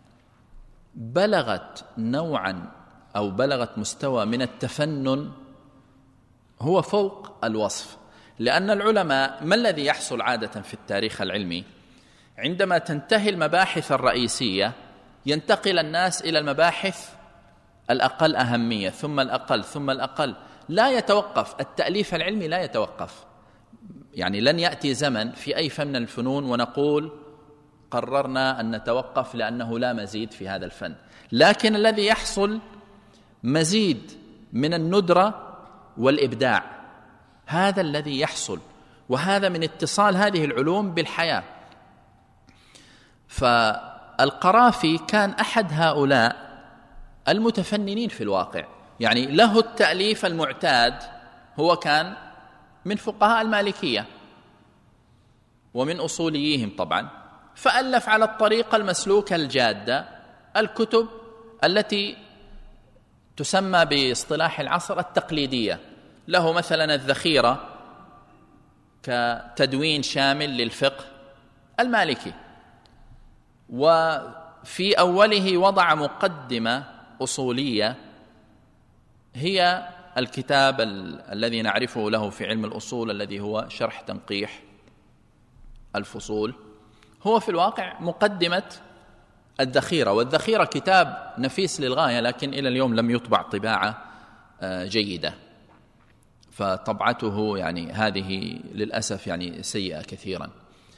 بلغت نوعا أو بلغت مستوى من التفنن هو فوق الوصف. لأن العلماء ما الذي يحصل عادة في التاريخ العلمي؟ عندما تنتهي المباحث الرئيسية ينتقل الناس إلى المباحث الأقل أهمية ثم الأقل ثم الأقل، لا يتوقف التأليف العلمي، لا يتوقف. يعني لن يأتي زمن في أي فن من الفنون ونقول قررنا أن نتوقف لأنه لا مزيد في هذا الفن، لكن الذي يحصل مزيد من الندرة والإبداع، هذا الذي يحصل، وهذا من اتصال هذه العلوم بالحياة. فالقرافي كان أحد هؤلاء المتفننين في الواقع، يعني له التأليف المعتاد، هو كان من فقهاء المالكية ومن أصوليهم طبعا، فألف على الطريقة المسلوكة الجادة الكتب التي تسمى باصطلاح العصر التقليدية. له مثلا الذخيرة كتدوين شامل للفقه المالكي، وفي أوله وضع مقدمة أصولية هي الكتاب ال- الذي نعرفه له في علم الأصول الذي هو شرح تنقيح الفصول، هو في الواقع مقدمة الذخيرة. والذخيرة كتاب نفيس للغاية، لكن إلى اليوم لم يطبع طباعة جيدة، فطبعته يعني هذه للأسف يعني سيئة كثيرا.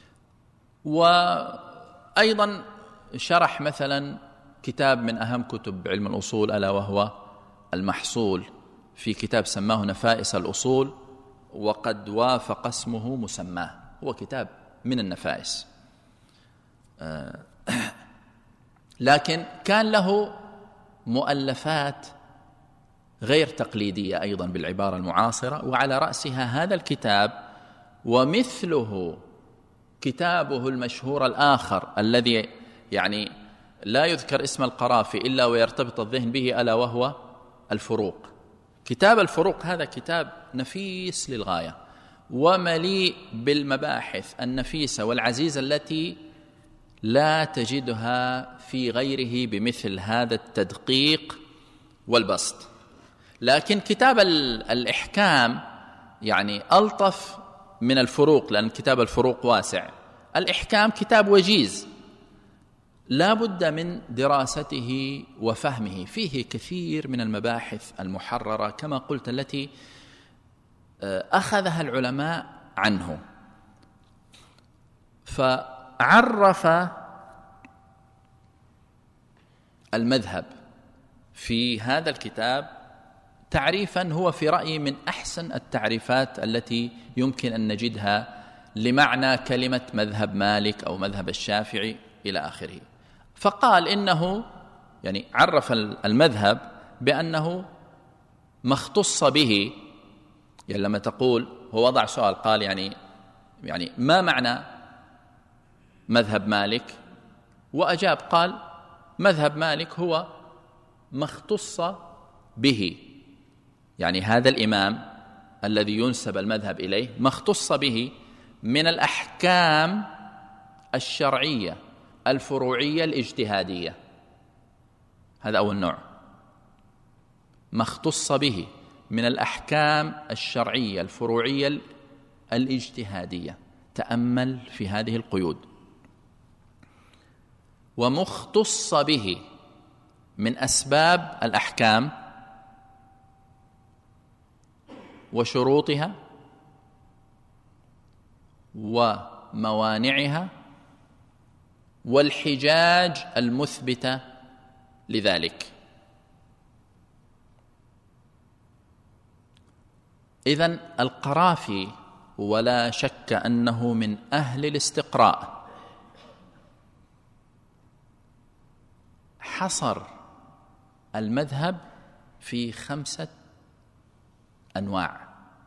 وأيضا شرح مثلا كتاب من أهم كتب علم الأصول ألا وهو المحصول، في كتاب سماه نفائس الأصول، وقد وافق اسمه مسماه، هو كتاب من النفائس. لكن كان له مؤلفات غير تقليدية أيضا بالعبارة المعاصرة، وعلى رأسها هذا الكتاب، ومثله كتابه المشهور الآخر الذي يعني لا يذكر اسم القرافي إلا ويرتبط الذهن به، ألا وهو الفروق. كتاب الفروق هذا كتاب نفيس للغاية، ومليء بالمباحث النفيسة والعزيزة التي لا تجدها في غيره بمثل هذا التدقيق والبسط. لكن كتاب الإحكام يعني ألطف من الفروق، لأن كتاب الفروق واسع. الإحكام كتاب وجيز لا بد من دراسته وفهمه، فيه كثير من المباحث المحررة كما قلت التي أخذها العلماء عنه. فعرف المذهب في هذا الكتاب تعريفا هو في رأيي من أحسن التعريفات التي يمكن أن نجدها لمعنى كلمة مذهب مالك أو مذهب الشافعي إلى آخره. فقال إنه يعني عرف المذهب بأنه ما اختص به، يعني لما تقول هو وضع سؤال قال يعني يعني ما معنى مذهب مالك؟ وأجاب قال مذهب مالك هو ما اختص به، يعني هذا الإمام الذي ينسب المذهب إليه ما اختص به من الأحكام الشرعية الفروعية الاجتهادية. هذا أول نوع، ما اختص به من الأحكام الشرعية الفروعية الاجتهادية. تأمل في هذه القيود: ومختص به من أسباب الأحكام وشروطها وموانعها والحجاج المثبتة لذلك. إذن القرافي ولا شك أنه من أهل الاستقراء حصر المذهب في خمسة أنواع،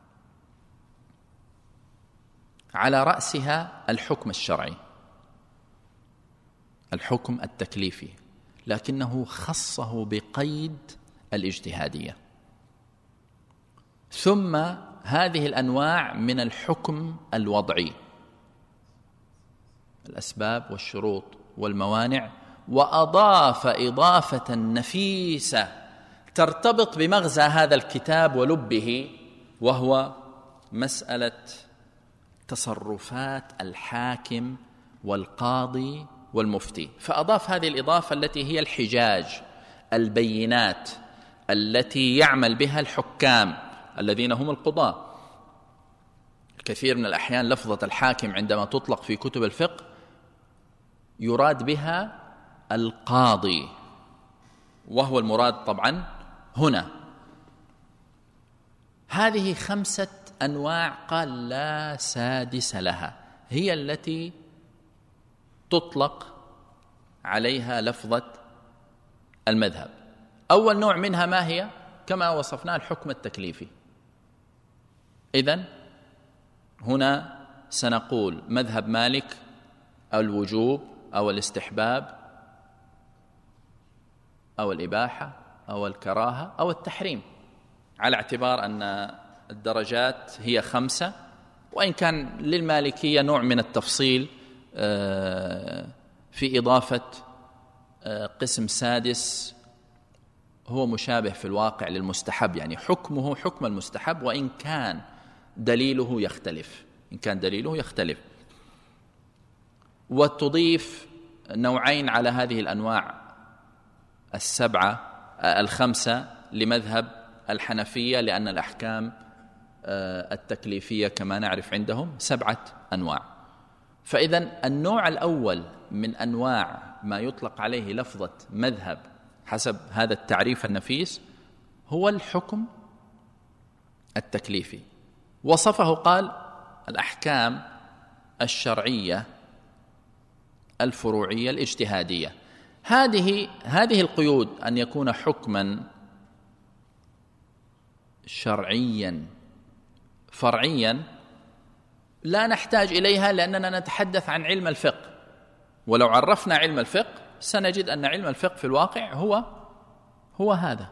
على رأسها الحكم الشرعي، الحكم التكليفي، لكنه خصه بقيد الاجتهادية. ثم هذه الأنواع من الحكم الوضعي، الأسباب والشروط والموانع، وأضاف إضافة نفيسة ترتبط بمغزى هذا الكتاب ولبه، وهو مسألة تصرفات الحاكم والقاضي والمفتي. فأضاف هذه الإضافة التي هي الحجاج، البينات التي يعمل بها الحكام الذين هم القضاة. كثير من الأحيان لفظة الحاكم عندما تطلق في كتب الفقه يراد بها القاضي، وهو المراد طبعا هنا. هذه خمسة أنواع قال لا سادس لها، هي التي تطلق عليها لفظة المذهب. أول نوع منها ما هي؟ كما وصفناه الحكم التكليفي. إذن هنا سنقول مذهب مالك أو الوجوب أو الاستحباب أو الإباحة أو الكراهة أو التحريم، على اعتبار أن الدرجات هي خمسة، وإن كان للمالكية نوع من التفصيل في إضافة قسم سادس هو مشابه في الواقع للمستحب، يعني حكمه حكم المستحب وإن كان دليله يختلف إن كان دليله يختلف وتضيف نوعين على هذه الأنواع السبعة الخمسة لمذهب الحنفية، لأن الأحكام التكليفية كما نعرف عندهم سبعة أنواع. فإذن النوع الأول من أنواع ما يطلق عليه لفظة مذهب حسب هذا التعريف النفيس هو الحكم التكليفي. وصفه قال الأحكام الشرعية الفروعية الاجتهادية. هذه هذه القيود أن يكون حكما شرعيا فرعيا لا نحتاج إليها، لأننا نتحدث عن علم الفقه، ولو عرفنا علم الفقه سنجد أن علم الفقه في الواقع هو هو هذا.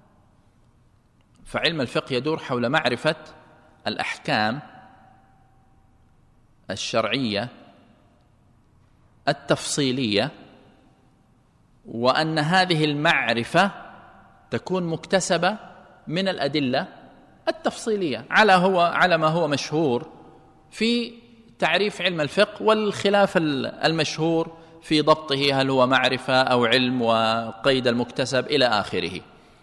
فعلم الفقه يدور حول معرفة الأحكام الشرعية التفصيلية، وأن هذه المعرفة تكون مكتسبة من الأدلة التفصيلية على هو على ما هو مشهور في تعريف علم الفقه، والخلاف المشهور في ضبطه هل هو معرفة أو علم وقيد المكتسب إلى آخره.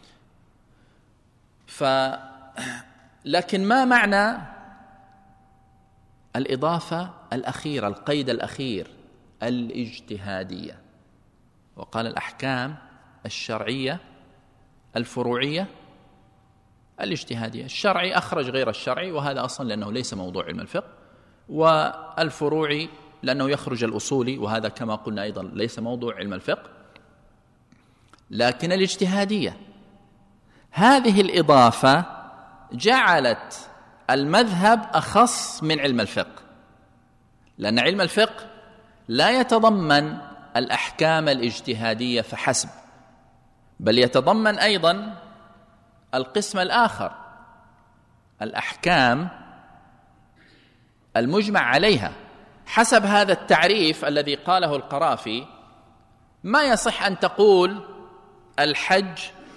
ف لكن ما معنى الإضافة الأخيرة، القيد الأخير الاجتهادية؟ وقال الأحكام الشرعية الفروعية الاجتهادية. الشرعي أخرج غير الشرعي، وهذا أصلا لأنه ليس موضوع علم الفقه، والفروعي لأنه يخرج الأصولي، وهذا كما قلنا أيضا ليس موضوع علم الفقه. لكن الاجتهادية هذه الإضافة جعلت المذهب أخص من علم الفقه، لأن علم الفقه لا يتضمن الأحكام الاجتهادية فحسب، بل يتضمن أيضا القسم الآخر الأحكام المجمع عليها. حسب هذا التعريف الذي قاله القرافي ما يصح أن تقول الحج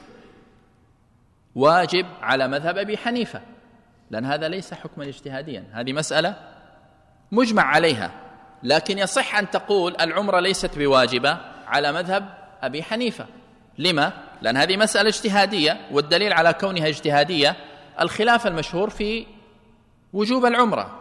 واجب على مذهب أبي حنيفة، لأن هذا ليس حكما اجتهاديا، هذه مسألة مجمع عليها. لكن يصح أن تقول العمرة ليست بواجبة على مذهب أبي حنيفة. لما؟ لأن هذه مسألة اجتهادية، والدليل على كونها اجتهادية الخلاف المشهور في وجوب العمرة.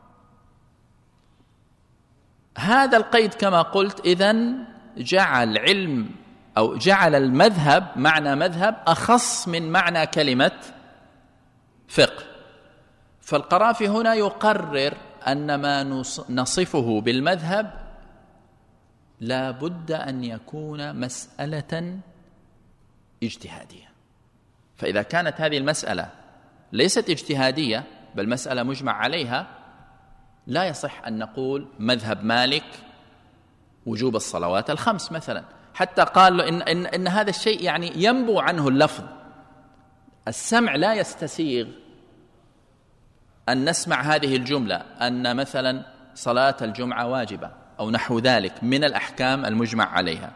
هذا القيد كما قلت إذن جعل علم أو جعل المذهب معنى مذهب أخص من معنى كلمة فقه. فالقرافي هنا يقرر أن ما نصفه بالمذهب لا بد أن يكون مسألة اجتهادية. فإذا كانت هذه المسألة ليست اجتهادية بل مسألة مجمع عليها، لا يصح أن نقول مذهب مالك وجوب الصلوات الخمس مثلا، حتى قال له إن, إن, إن هذا الشيء يعني ينبو عنه اللفظ، السمع لا يستسيغ أن نسمع هذه الجملة أن مثلا صلاة الجمعة واجبة أو نحو ذلك من الأحكام المجمع عليها.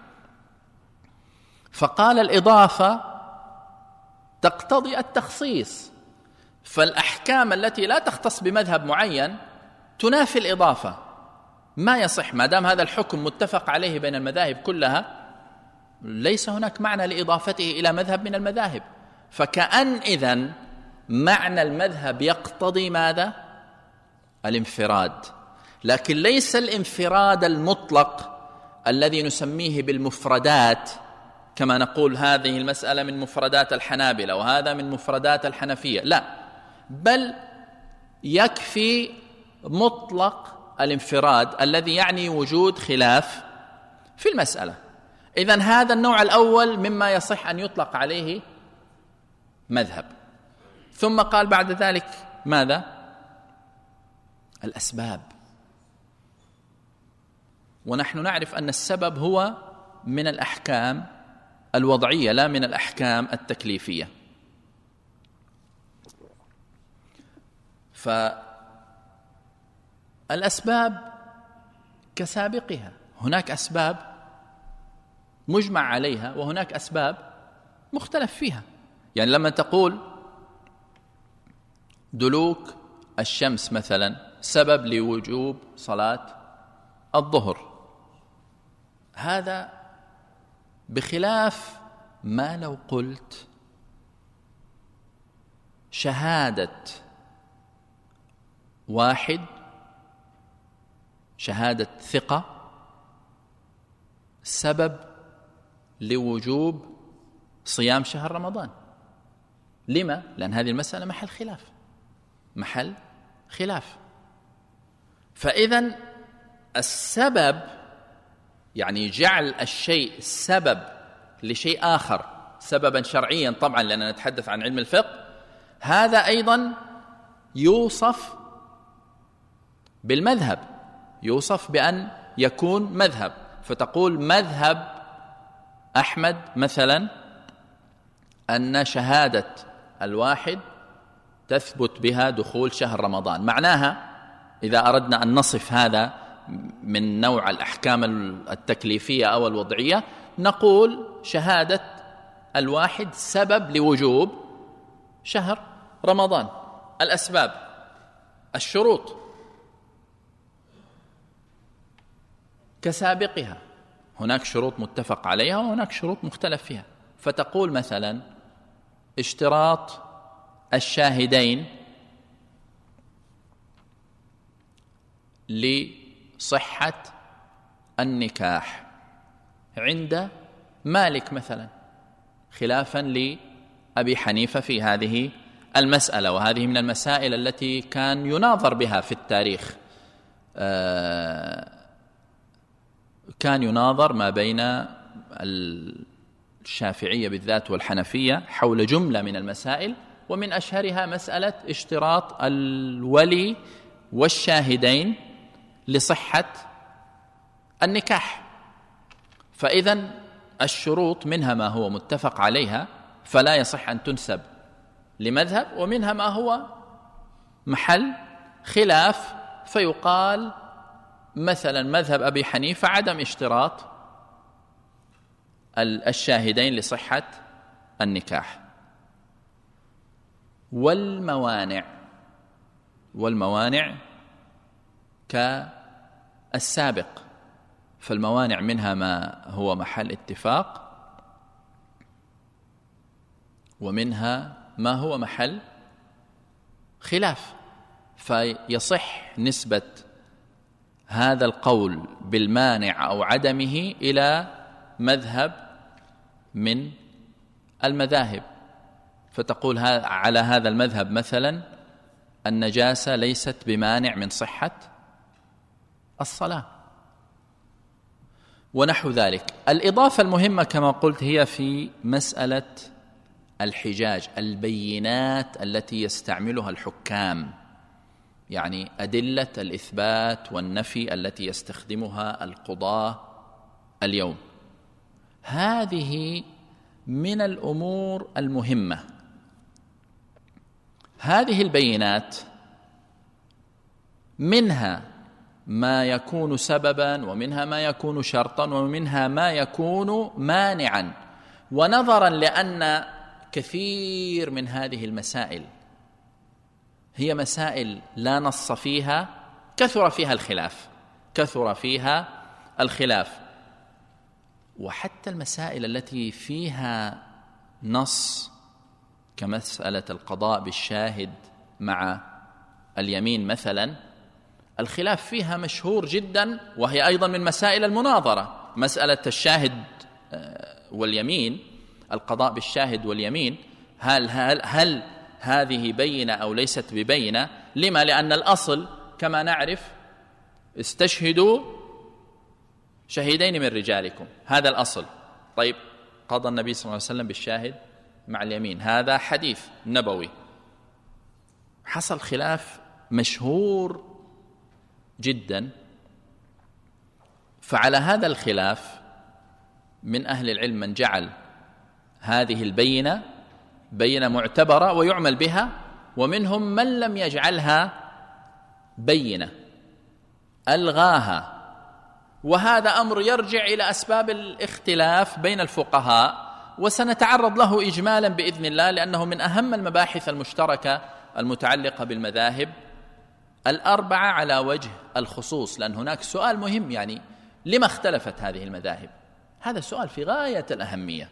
فقال الإضافة تقتضي التخصيص، فالأحكام التي لا تختص بمذهب معين تنافي الإضافة. ما يصح ما دام هذا الحكم متفق عليه بين المذاهب كلها، ليس هناك معنى لإضافته إلى مذهب من المذاهب. فكأن إذن معنى المذهب يقتضي ماذا؟ الانفراد، لكن ليس الانفراد المطلق الذي نسميه بالمفردات، كما نقول هذه المسألة من مفردات الحنابلة وهذا من مفردات الحنفية، لا، بل يكفي مطلق الانفراد الذي يعني وجود خلاف في المسألة. إذن هذا النوع الأول مما يصح أن يطلق عليه مذهب. ثم قال بعد ذلك ماذا؟ الأسباب. ونحن نعرف أن السبب هو من الأحكام الوضعية لا من الأحكام التكليفية. فالأسباب كسابقها، هناك أسباب مجمع عليها وهناك أسباب مختلف فيها. يعني لما تقول دلوك الشمس مثلا سبب لوجوب صلاة الظهر، هذا بخلاف ما لو قلت شهادة واحد، شهادة ثقة، سبب لوجوب صيام شهر رمضان. لما؟ لأن هذه المسألة محل خلاف، محل خلاف. فإذا السبب يعني جعل الشيء سبب لشيء آخر سببا شرعيا طبعا لأننا نتحدث عن علم الفقه، هذا أيضا يوصف بالمذهب، يوصف بأن يكون مذهب. فتقول مذهب أحمد مثلا أن شهادة الواحد تثبت بها دخول شهر رمضان. معناها إذا أردنا أن نصف هذا من نوع الأحكام التكليفية أو الوضعية، نقول شهادة الواحد سبب لوجوب شهر رمضان. الأسباب الشروط كسابقها، هناك شروط متفق عليها وهناك شروط مختلف فيها. فتقول مثلا اشتراط الشاهدين لصحة النكاح عند مالك مثلا، خلافا لأبي حنيفة في هذه المسألة، وهذه من المسائل التي كان يناظر بها في التاريخ. آه كان يناظر ما بين الشافعية بالذات والحنفية حول جملة من المسائل، ومن أشهرها مسألة اشتراط الولي والشاهدين لصحة النكاح. فإذن الشروط منها ما هو متفق عليها فلا يصح أن تنسب لمذهب، ومنها ما هو محل خلاف فيقال مثلا مذهب أبي حنيفة عدم اشتراط الشاهدين لصحة النكاح. والموانع، والموانع كالسابق، فالموانع منها ما هو محل اتفاق ومنها ما هو محل خلاف. فيصح نسبة هذا القول بالمانع أو عدمه إلى مذهب من المذاهب. فتقول على هذا المذهب مثلا النجاسة ليست بمانع من صحة الصلاة ونحو ذلك. الإضافة المهمة كما قلت هي في مسألة الحجاج، البينات التي يستعملها الحكام، يعني أدلة الإثبات والنفي التي يستخدمها القضاة اليوم. هذه من الأمور المهمة. هذه البينات منها ما يكون سببا ومنها ما يكون شرطا ومنها ما يكون مانعا. ونظرا لأن كثير من هذه المسائل هي مسائل لا نص فيها، كثر فيها الخلاف، كثر فيها الخلاف. وحتى المسائل التي فيها نص كمسألة القضاء بالشاهد مع اليمين مثلا، الخلاف فيها مشهور جدا، وهي أيضا من مسائل المناظرة. مسألة الشاهد واليمين، القضاء بالشاهد واليمين، هل, هل, هل هذه بينة أو ليست ببينة؟ لما؟ لأن الأصل كما نعرف استشهدوا شهيدين من رجالكم، هذا الأصل. طيب قضى النبي صلى الله عليه وسلم بالشاهد مع اليمين، هذا حديث نبوي. حصل خلاف مشهور جدا، فعلى هذا الخلاف من أهل العلم من جعل هذه البينة بينة معتبرة ويعمل بها، ومنهم من لم يجعلها بينة، ألغاها. وهذا أمر يرجع إلى أسباب الاختلاف بين الفقهاء، وسنتعرض له إجمالا بإذن الله، لأنه من أهم المباحث المشتركة المتعلقة بالمذاهب الأربعة على وجه الخصوص. لأن هناك سؤال مهم، يعني لما اختلفت هذه المذاهب؟ هذا سؤال في غاية الأهمية.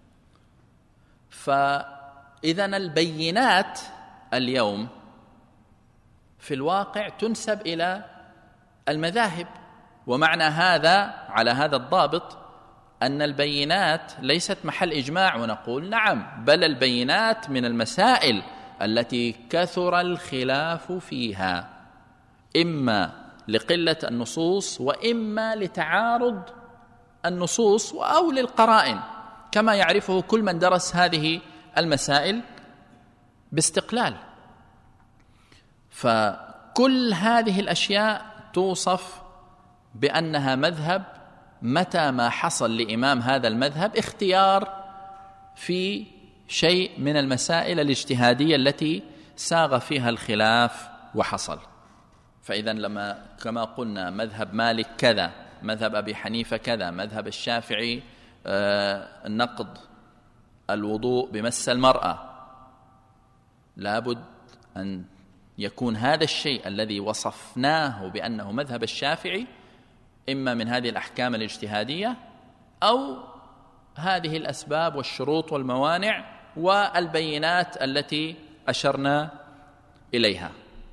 فإذن البينات اليوم في الواقع تنسب إلى المذاهب، ومعنى هذا على هذا الضابط أن البينات ليست محل إجماع ونقول نعم، بل البينات من المسائل التي كثر الخلاف فيها، إما لقلة النصوص وإما لتعارض النصوص أو للقرائن، كما يعرفه كل من درس هذه المسائل باستقلال. فكل هذه الأشياء توصف بأنها مذهب متى ما حصل لإمام هذا المذهب اختيار في شيء من المسائل الاجتهادية التي ساغ فيها الخلاف وحصل. فإذا لما كما قلنا مذهب مالك كذا، مذهب أبي حنيفة كذا، مذهب الشافعي آه نقض الوضوء بمس المرأة، لابد أن يكون هذا الشيء الذي وصفناه بأنه مذهب الشافعي إما من هذه الأحكام الاجتهادية أو هذه الأسباب والشروط والموانع والبينات التي أشرنا إليها.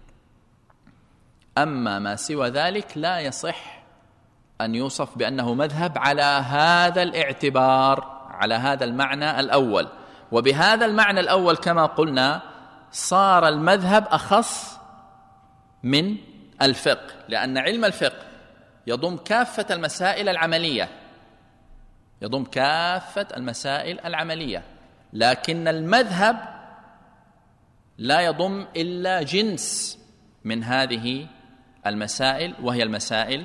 أما ما سوى ذلك لا يصح أن يوصف بأنه مذهب على هذا الاعتبار، على هذا المعنى الأول. وبهذا المعنى الأول كما قلنا صار المذهب أخص من الفقه، لأن علم الفقه يضم كافة المسائل العملية، يضم كافة المسائل العملية، لكن المذهب لا يضم إلا جنس من هذه المسائل، وهي المسائل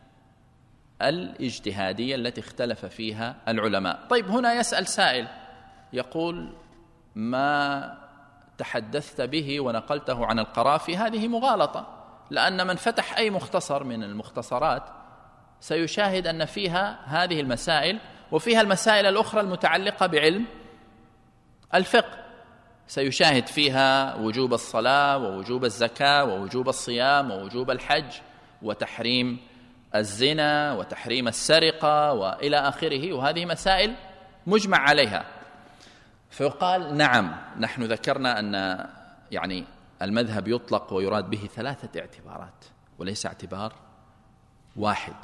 الاجتهادية التي اختلف فيها العلماء. طيب هنا يسأل سائل يقول ما تحدثت به ونقلته عن القرافي هذه مغالطة، لأن من فتح أي مختصر من المختصرات سيشاهد أن فيها هذه المسائل وفيها المسائل الأخرى المتعلقة بعلم الفقه، سيشاهد فيها وجوب الصلاة ووجوب الزكاة ووجوب الصيام ووجوب الحج وتحريم الزنا وتحريم السرقة وإلى آخره، وهذه مسائل مجمع عليها. فيقال نعم، نحن ذكرنا أن يعني المذهب يطلق ويراد به ثلاثة اعتبارات وليس اعتبار واحد،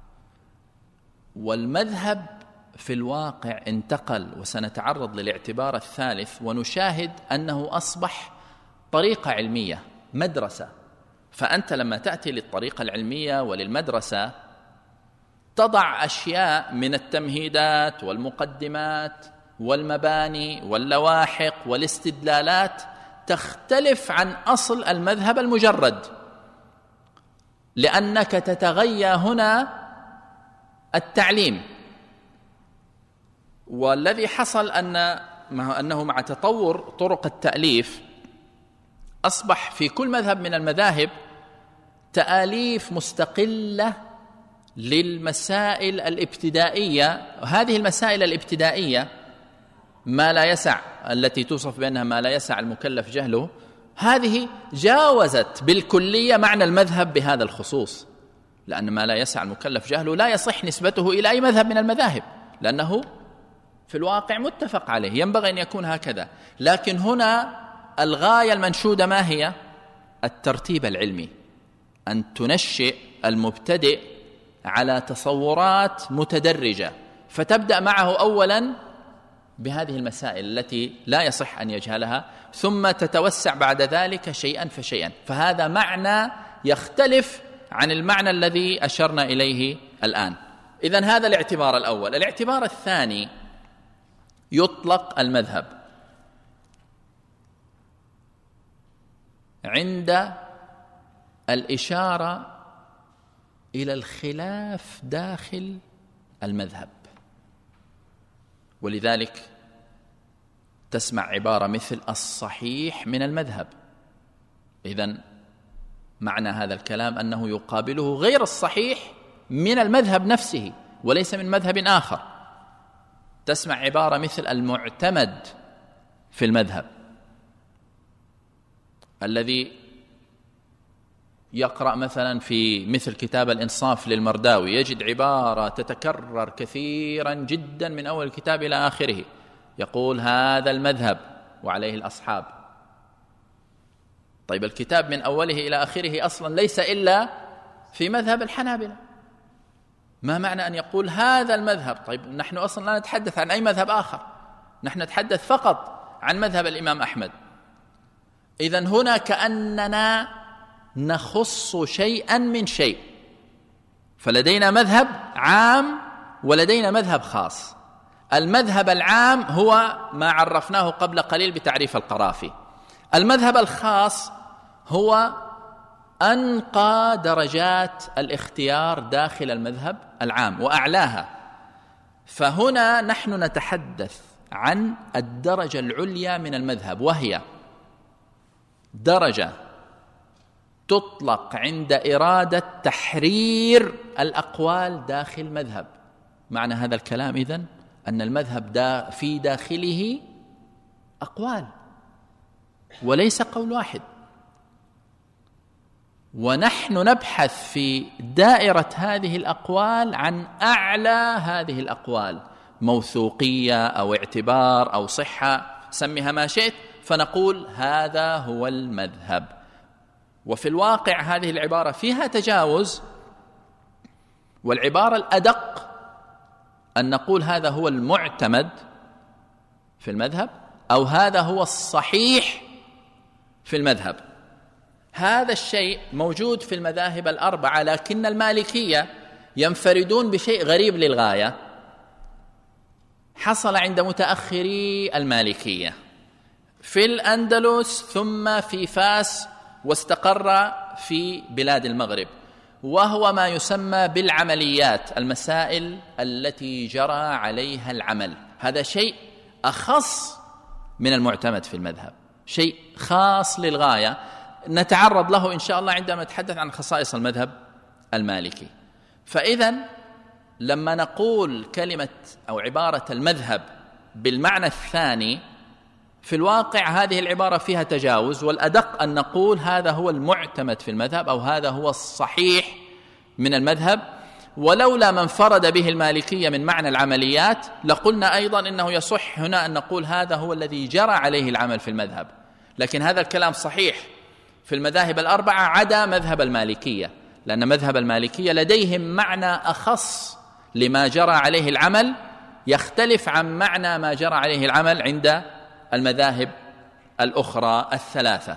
والمذهب في الواقع انتقل، وسنتعرض للاعتبار الثالث ونشاهد أنه أصبح طريقة علمية، مدرسة. فأنت لما تأتي للطريقة العلمية وللمدرسة تضع أشياء من التمهيدات والمقدمات والمباني واللواحق والاستدلالات تختلف عن أصل المذهب المجرد، لأنك تتغيى هنا التعليم. والذي حصل أن أنه مع تطور طرق التأليف أصبح في كل مذهب من المذاهب تآليف مستقلة للمسائل الابتدائية. هذه المسائل الابتدائية ما لا يسع، التي توصف بأنها ما لا يسع المكلف جهله، هذه جاوزت بالكلية معنى المذهب بهذا الخصوص، لأن ما لا يسع المكلف جهله لا يصح نسبته إلى أي مذهب من المذاهب، لأنه في الواقع متفق عليه، ينبغي أن يكون هكذا. لكن هنا الغاية المنشودة ما هي؟ الترتيب العلمي، أن تنشئ المبتدئ على تصورات متدرجة، فتبدأ معه أولا بهذه المسائل التي لا يصح أن يجهلها، ثم تتوسع بعد ذلك شيئا فشيئا. فهذا معنى يختلف عن المعنى الذي أشرنا إليه الآن. إذن هذا الاعتبار الأول. الاعتبار الثاني، يطلق المذهب عند الإشارة إلى الخلاف داخل المذهب، ولذلك تسمع عبارة مثل الصحيح من المذهب. إذن معنى هذا الكلام أنه يقابله غير الصحيح من المذهب نفسه وليس من مذهب آخر. تسمع عبارة مثل المعتمد في المذهب. الذي يقرأ مثلا في مثل كتاب الإنصاف للمرداوي يجد عبارة تتكرر كثيرا جدا من أول الكتاب إلى آخره، يقول هذا المذهب وعليه الأصحاب. طيب الكتاب من أوله إلى آخره أصلا ليس إلا في مذهب الحنابلة، ما معنى أن يقول هذا المذهب؟ طيب نحن أصلا لا نتحدث عن أي مذهب آخر، نحن نتحدث فقط عن مذهب الإمام أحمد. إذن هنا كأننا نخص شيئا من شيء، فلدينا مذهب عام ولدينا مذهب خاص. المذهب العام هو ما عرفناه قبل قليل بتعريف القرافي. المذهب الخاص هو أنقى درجات الاختيار داخل المذهب العام وأعلاها. فهنا نحن نتحدث عن الدرجة العليا من المذهب، وهي درجة تطلق عند إرادة تحرير الأقوال داخل مذهب. معنى هذا الكلام إذن أن المذهب دا في داخله أقوال وليس قول واحد، ونحن نبحث في دائرة هذه الأقوال عن أعلى هذه الأقوال، موثوقية أو اعتبار أو صحة، سميها ما شئت، فنقول هذا هو المذهب. وفي الواقع هذه العبارة فيها تجاوز، والعبارة الأدق أن نقول هذا هو المعتمد في المذهب أو هذا هو الصحيح في المذهب. هذا الشيء موجود في المذاهب الأربعة، لكن المالكية ينفردون بشيء غريب للغاية حصل عند متأخري المالكية في الأندلس ثم في فاس واستقر في بلاد المغرب، وهو ما يسمى بالعمليات، المسائل التي جرى عليها العمل. هذا شيء أخص من المعتمد في المذهب، شيء خاص للغاية، نتعرض له إن شاء الله عندما نتحدث عن خصائص المذهب المالكي. فإذن لما نقول كلمة أو عبارة المذهب بالمعنى الثاني، في الواقع هذه العبارة فيها تجاوز، والأدق أن نقول هذا هو المعتمد في المذهب أو هذا هو الصحيح من المذهب. ولولا من فرد به المالكية من معنى العمليات لقلنا أيضا إنه يصح هنا أن نقول هذا هو الذي جرى عليه العمل في المذهب، لكن هذا الكلام صحيح في المذاهب الأربعة عدا مذهب المالكية، لأن مذهب المالكية لديهم معنى أخص لما جرى عليه العمل يختلف عن معنى ما جرى عليه العمل عند المذاهب الأخرى الثلاثة.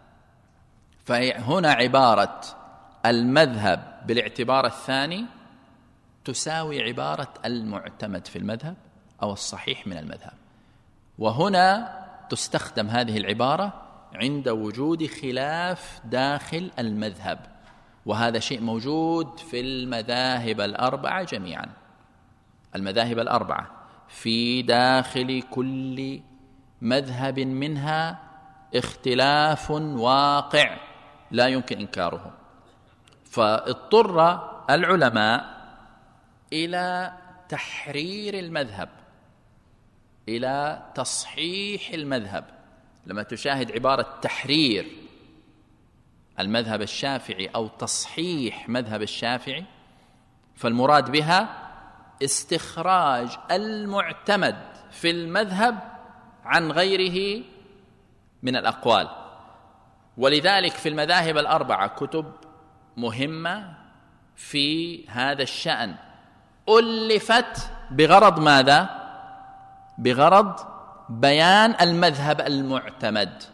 فهنا عبارة المذهب بالاعتبار الثاني تساوي عبارة المعتمد في المذهب أو الصحيح من المذهب، وهنا تستخدم هذه العبارة عند وجود خلاف داخل المذهب، وهذا شيء موجود في المذاهب الأربعة جميعا. المذاهب الأربعة في داخل كل مذهب منها اختلاف واقع لا يمكن إنكاره، فاضطر العلماء إلى تحرير المذهب، إلى تصحيح المذهب. لما تشاهد عبارة تحرير المذهب الشافعي أو تصحيح مذهب الشافعي، فالمراد بها استخراج المعتمد في المذهب عن غيره من الأقوال. ولذلك في المذاهب الأربعة كتب مهمة في هذا الشأن ألفت بغرض ماذا؟ بغرض بيان المذهب المعتمد.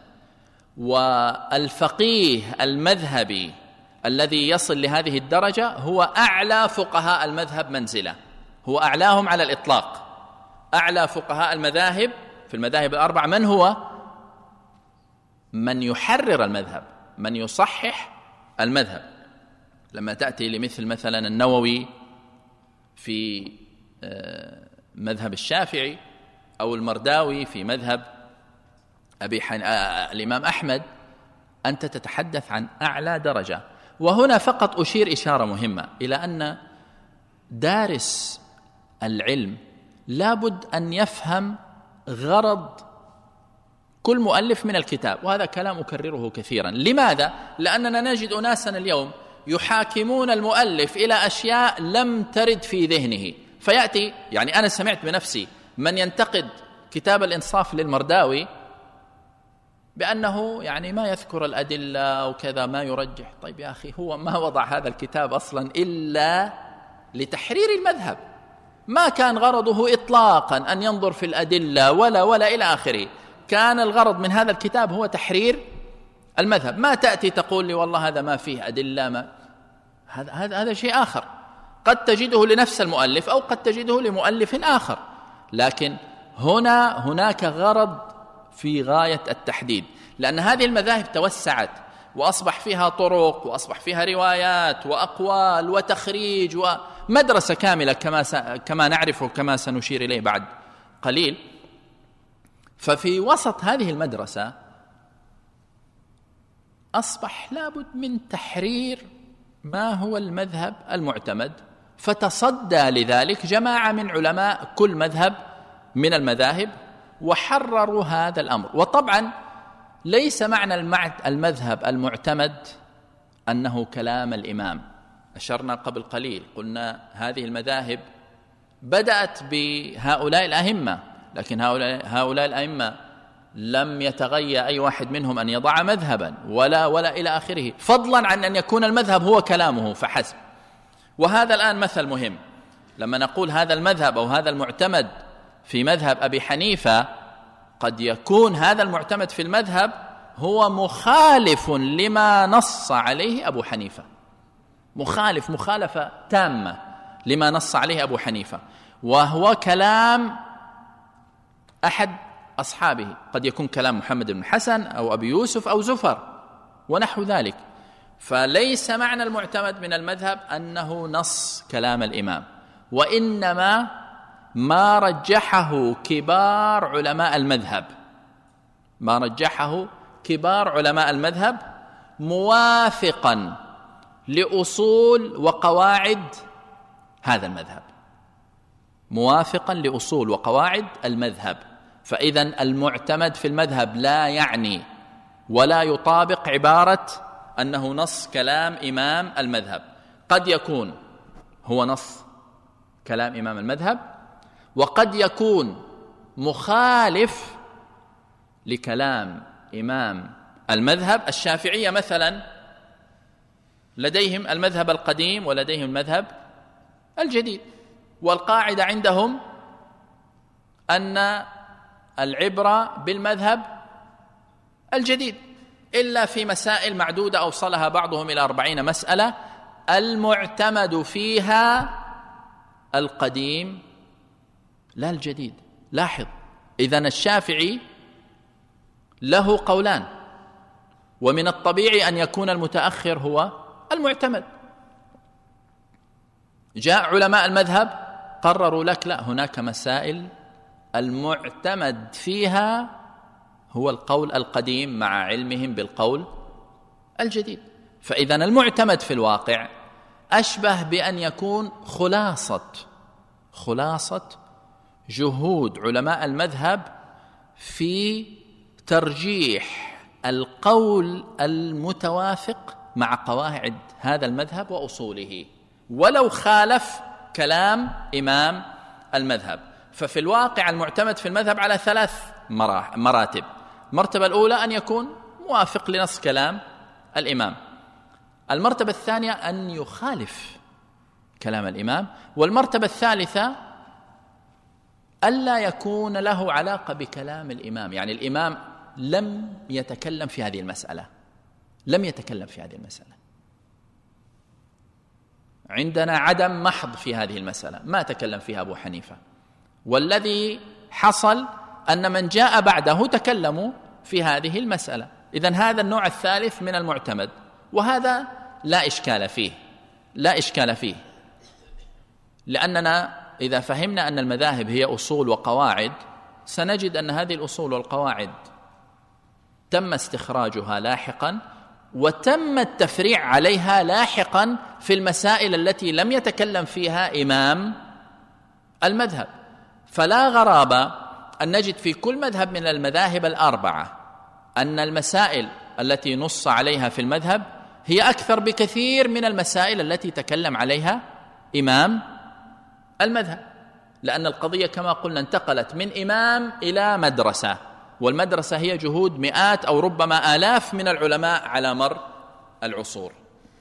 والفقيه المذهبي الذي يصل لهذه الدرجة هو أعلى فقهاء المذهب منزلة، هو أعلاهم على الإطلاق. أعلى فقهاء المذاهب في المذاهب الأربعة من هو؟ من يحرر المذهب، من يصحح المذهب. لما تأتي لمثل مثلا النووي في مذهب الشافعي أو المرداوي في مذهب أبي حن... الإمام أحمد، أنت تتحدث عن أعلى درجة. وهنا فقط أشير إشارة مهمة إلى أن دارس العلم لابد أن يفهم غرض كل مؤلف من الكتاب، وهذا كلام أكرره كثيرا. لماذا؟ لأننا نجد أناسا اليوم يحاكمون المؤلف إلى أشياء لم ترد في ذهنه، فيأتي يعني أنا سمعت بنفسي من ينتقد كتاب الإنصاف للمرداوي بأنه يعني ما يذكر الأدلة وكذا ما يرجح. طيب يا أخي، هو ما وضع هذا الكتاب أصلا إلا لتحرير المذهب، ما كان غرضه إطلاقا أن ينظر في الأدلة ولا ولا إلى آخره. كان الغرض من هذا الكتاب هو تحرير المذهب. ما تأتي تقول لي والله هذا ما فيه أدلة، ما هذا هذا هذا شيء آخر، قد تجده لنفس المؤلف أو قد تجده لمؤلف آخر، لكن هنا هناك غرض في غاية التحديد، لأن هذه المذاهب توسعت وأصبح فيها طرق وأصبح فيها روايات وأقوال وتخريج ومدرسة كاملة كما س... كما نعرفه كما سنشير إليه بعد قليل. ففي وسط هذه المدرسة أصبح لابد من تحرير ما هو المذهب المعتمد، فتصدى لذلك جماعة من علماء كل مذهب من المذاهب وحرروا هذا الأمر. وطبعا ليس معنى المذهب المعتمد أنه كلام الإمام. أشرنا قبل قليل قلنا هذه المذاهب بدأت بهؤلاء الأئمة، لكن هؤلاء, هؤلاء الأئمة لم يتغير أي واحد منهم أن يضع مذهبا ولا ولا إلى آخره، فضلا عن أن يكون المذهب هو كلامه فحسب. وهذا الآن مثل مهم، لما نقول هذا المذهب أو هذا المعتمد في مذهب أبي حنيفة، قد يكون هذا المعتمد في المذهب هو مخالف لما نص عليه أبو حنيفة، مخالف مخالفة تامة لما نص عليه أبو حنيفة، وهو كلام أحد أصحابه، قد يكون كلام محمد بن حسن أو أبي يوسف أو زفر ونحو ذلك. فليس معنى المعتمد من المذهب أنه نص كلام الإمام، وإنما ما رجحه كبار علماء المذهب، ما رجحه كبار علماء المذهب موافقا لأصول وقواعد هذا المذهب، موافقا لأصول وقواعد المذهب. فإذن المعتمد في المذهب لا يعني ولا يطابق عبارة أنه نص كلام إمام المذهب. قد يكون هو نص كلام إمام المذهب، وقد يكون مخالف لكلام إمام المذهب. الشافعية مثلا لديهم المذهب القديم ولديهم المذهب الجديد، والقاعدة عندهم أن العبرة بالمذهب الجديد، إلا في مسائل معدودة أوصلها بعضهم إلى أربعين مسألة المعتمد فيها القديم لا الجديد. لاحظ، إذن الشافعي له قولان، ومن الطبيعي أن يكون المتأخر هو المعتمد. جاء علماء المذهب قرروا لك لا، هناك مسائل المعتمد فيها هو القول القديم مع علمهم بالقول الجديد. فإذن المعتمد في الواقع أشبه بأن يكون خلاصة خلاصة جهود علماء المذهب في ترجيح القول المتوافق مع قواعد هذا المذهب وأصوله، ولو خالف كلام إمام المذهب. ففي الواقع المعتمد في المذهب على ثلاث مراتب. المرتبة الأولى أن يكون موافق لنص كلام الإمام، المرتبة الثانية أن يخالف كلام الإمام، والمرتبة الثالثة ألا يكون له علاقة بكلام الإمام، يعني الإمام لم يتكلم في هذه المسألة، لم يتكلم في هذه المسألة، عندنا عدم محض في هذه المسألة، ما تكلم فيها أبو حنيفة. والذي حصل أن من جاء بعده تكلموا في هذه المسألة، إذن هذا النوع الثالث من المعتمد، وهذا لا إشكال فيه، لا إشكال فيه، لأننا إذا فهمنا أن المذاهب هي أصول وقواعد سنجد أن هذه الأصول والقواعد تم استخراجها لاحقا وتم التفريع عليها لاحقا في المسائل التي لم يتكلم فيها إمام المذهب. فلا غرابة أن نجد في كل مذهب من المذاهب الأربعة أن المسائل التي نص عليها في المذهب هي أكثر بكثير من المسائل التي تكلم عليها إمام المذهب، لأن القضية كما قلنا انتقلت من إمام إلى مدرسة، والمدرسة هي جهود مئات أو ربما آلاف من العلماء على مر العصور.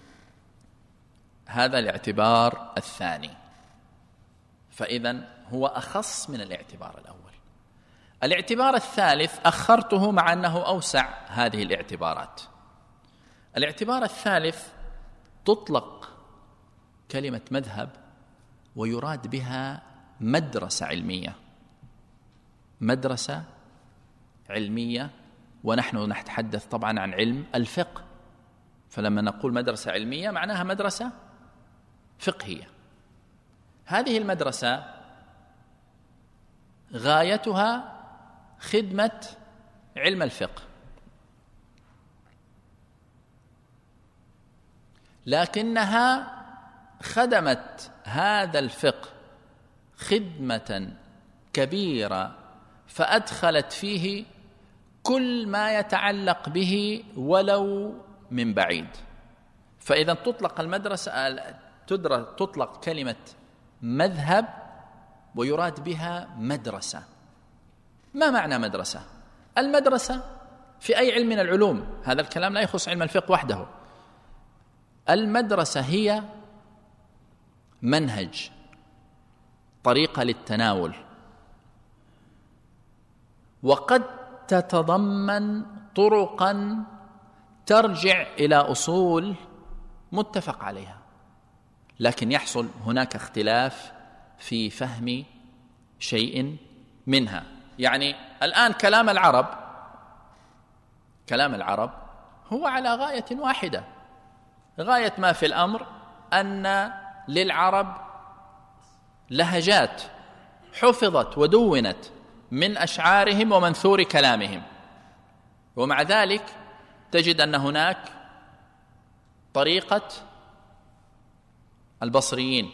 هذا الاعتبار الثاني، فإذن هو أخص من الاعتبار الأول. الاعتبار الثالث أخرته مع أنه أوسع هذه الاعتبارات. الاعتبار الثالث تطلق كلمة مذهب ويراد بها مدرسة علمية، مدرسة علمية، ونحن نتحدث طبعا عن علم الفقه، فلما نقول مدرسة علمية معناها مدرسة فقهية. هذه المدرسة غايتها خدمة علم الفقه، لكنها خدمت هذا الفقه خدمة كبيرة فأدخلت فيه كل ما يتعلق به ولو من بعيد. فإذا تطلق المدرسة تطلق كلمة مذهب ويراد بها مدرسة. ما معنى مدرسة؟ المدرسة في أي علم من العلوم، هذا الكلام لا يخص علم الفقه وحده. المدرسة هي منهج، طريقة للتناول، وقد تتضمن طرقا ترجع إلى أصول متفق عليها، لكن يحصل هناك اختلاف في فهم شيء منها. يعني الآن كلام العرب كلام العرب هو على غاية واحدة، غاية ما في الأمر أن للعرب لهجات حفظت ودونت من أشعارهم ومنثور كلامهم، ومع ذلك تجد أن هناك طريقة البصريين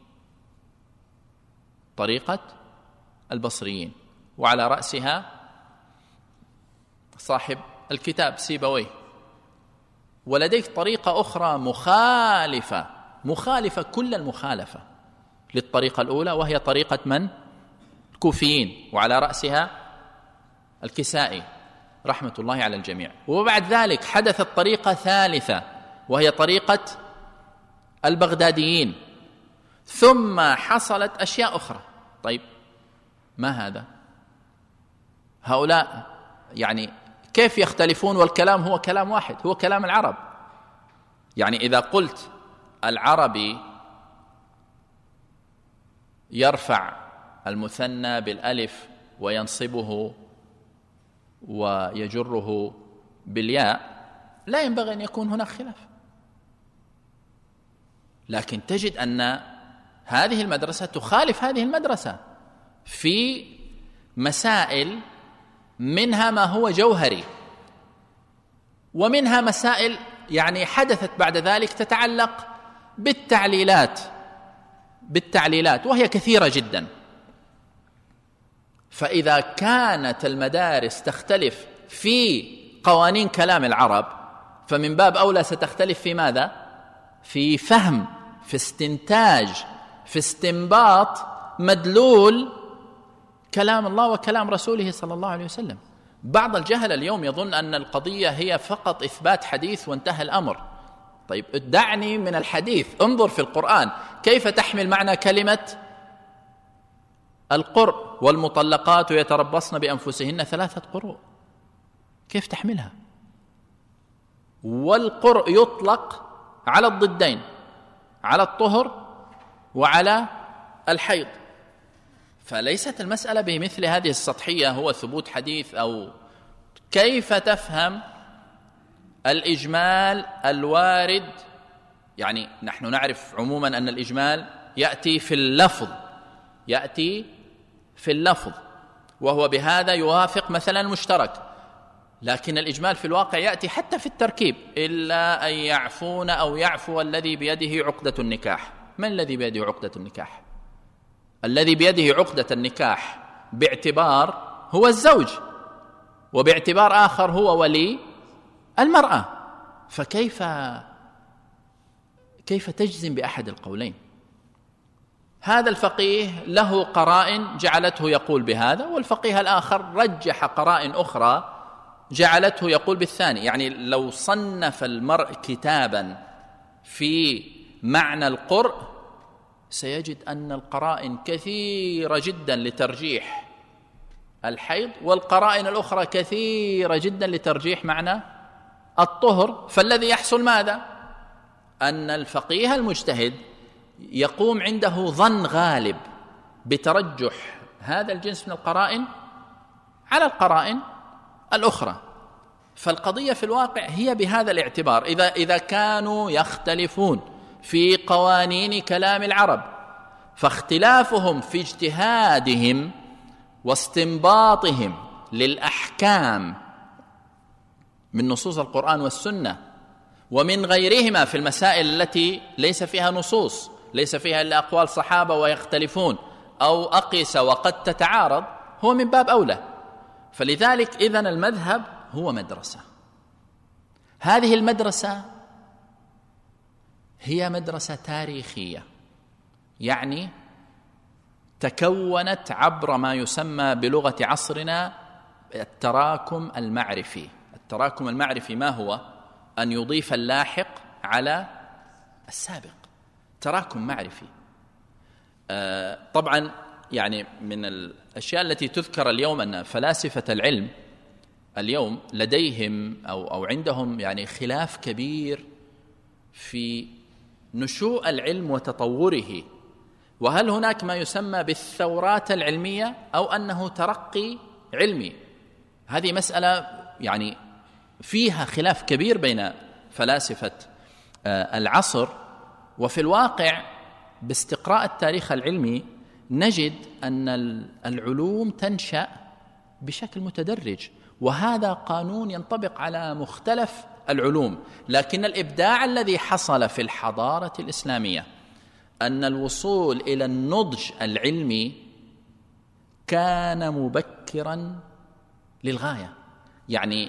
طريقة البصريين وعلى رأسها صاحب الكتاب سيبويه، ولديك طريقة أخرى مخالفة مخالفة كل المخالفة للطريقة الأولى، وهي طريقة من؟ الكوفيين، وعلى رأسها الكسائي رحمة الله على الجميع. وبعد ذلك حدثت طريقة ثالثة وهي طريقة البغداديين، ثم حصلت أشياء أخرى. طيب ما هذا؟ هؤلاء يعني كيف يختلفون والكلام هو كلام واحد، هو كلام العرب؟ يعني إذا قلت العربي يرفع المثنى بالألف وينصبه ويجره بالياء لا ينبغي أن يكون هناك خلاف، لكن تجد أن هذه المدرسة تخالف هذه المدرسة في مسائل، منها ما هو جوهري، ومنها مسائل يعني حدثت بعد ذلك تتعلق بالتعليلات بالتعليلات وهي كثيرة جدا. فإذا كانت المدارس تختلف في قوانين كلام العرب فمن باب أولى ستختلف في ماذا؟ في فهم، في استنتاج، في استنباط مدلول كلام الله وكلام رسوله صلى الله عليه وسلم. بعض الجهل اليوم يظن أن القضية هي فقط إثبات حديث وانتهى الأمر. طيب دعني من الحديث، انظر في القرآن كيف تحمل معنى كلمة القرء، والمطلقات يتربصن بأنفسهن ثلاثة قروء، كيف تحملها؟ والقرء يطلق على الضدين، على الطهر وعلى الحيض. فليست المسألة بمثل هذه السطحية، هو ثبوت حديث أو كيف تفهم الإجمال الوارد، يعني نحن نعرف عموما أن الإجمال يأتي في اللفظ، يأتي في اللفظ وهو بهذا يوافق مثلا المشترك، لكن الإجمال في الواقع يأتي حتى في التركيب، إلا أن يعفون أو يعفو الذي بيده عقدة النكاح. من الذي بيده عقدة النكاح؟ الذي بيده عقدة النكاح باعتبار هو الزوج، وباعتبار آخر هو ولي المرأة، فكيف كيف تجزم بأحد القولين؟ هذا الفقيه له قرائن جعلته يقول بهذا، والفقيه الآخر رجح قرائن أخرى جعلته يقول بالثاني. يعني لو صنف المرء كتابا في معنى القرء سيجد أن القرائن كثيرة جدا لترجيح الحيض، والقرائن الأخرى كثيرة جدا لترجيح معنى الطهر. فالذي يحصل ماذا؟ أن الفقيه المجتهد يقوم عنده ظن غالب بترجح هذا الجنس من القرائن على القرائن الأخرى. فالقضية في الواقع هي بهذا الاعتبار. إذا إذا كانوا يختلفون في قوانين كلام العرب، فاختلافهم في اجتهادهم واستنباطهم للأحكام من نصوص القرآن والسنة ومن غيرهما في المسائل التي ليس فيها نصوص، ليس فيها إلا أقوال صحابة ويختلفون، أو أقيس وقد تتعارض، هو من باب أولى. فلذلك إذن المذهب هو مدرسة. هذه المدرسة هي مدرسة تاريخية، يعني تكونت عبر ما يسمى بلغة عصرنا التراكم المعرفي. التراكم المعرفي ما هو؟ أن يضيف اللاحق على السابق، تراكم معرفي. آه طبعا يعني من الأشياء التي تذكر اليوم أن فلاسفة العلم اليوم لديهم أو, أو عندهم يعني خلاف كبير في نشوء العلم وتطوره، وهل هناك ما يسمى بالثورات العلمية أو أنه ترقي علمي. هذه مسألة يعني فيها خلاف كبير بين فلاسفة العصر. وفي الواقع باستقراء التاريخ العلمي نجد أن العلوم تنشأ بشكل متدرج، وهذا قانون ينطبق على مختلف العلوم. لكن الإبداع الذي حصل في الحضارة الإسلامية أن الوصول إلى النضج العلمي كان مبكرا للغاية. يعني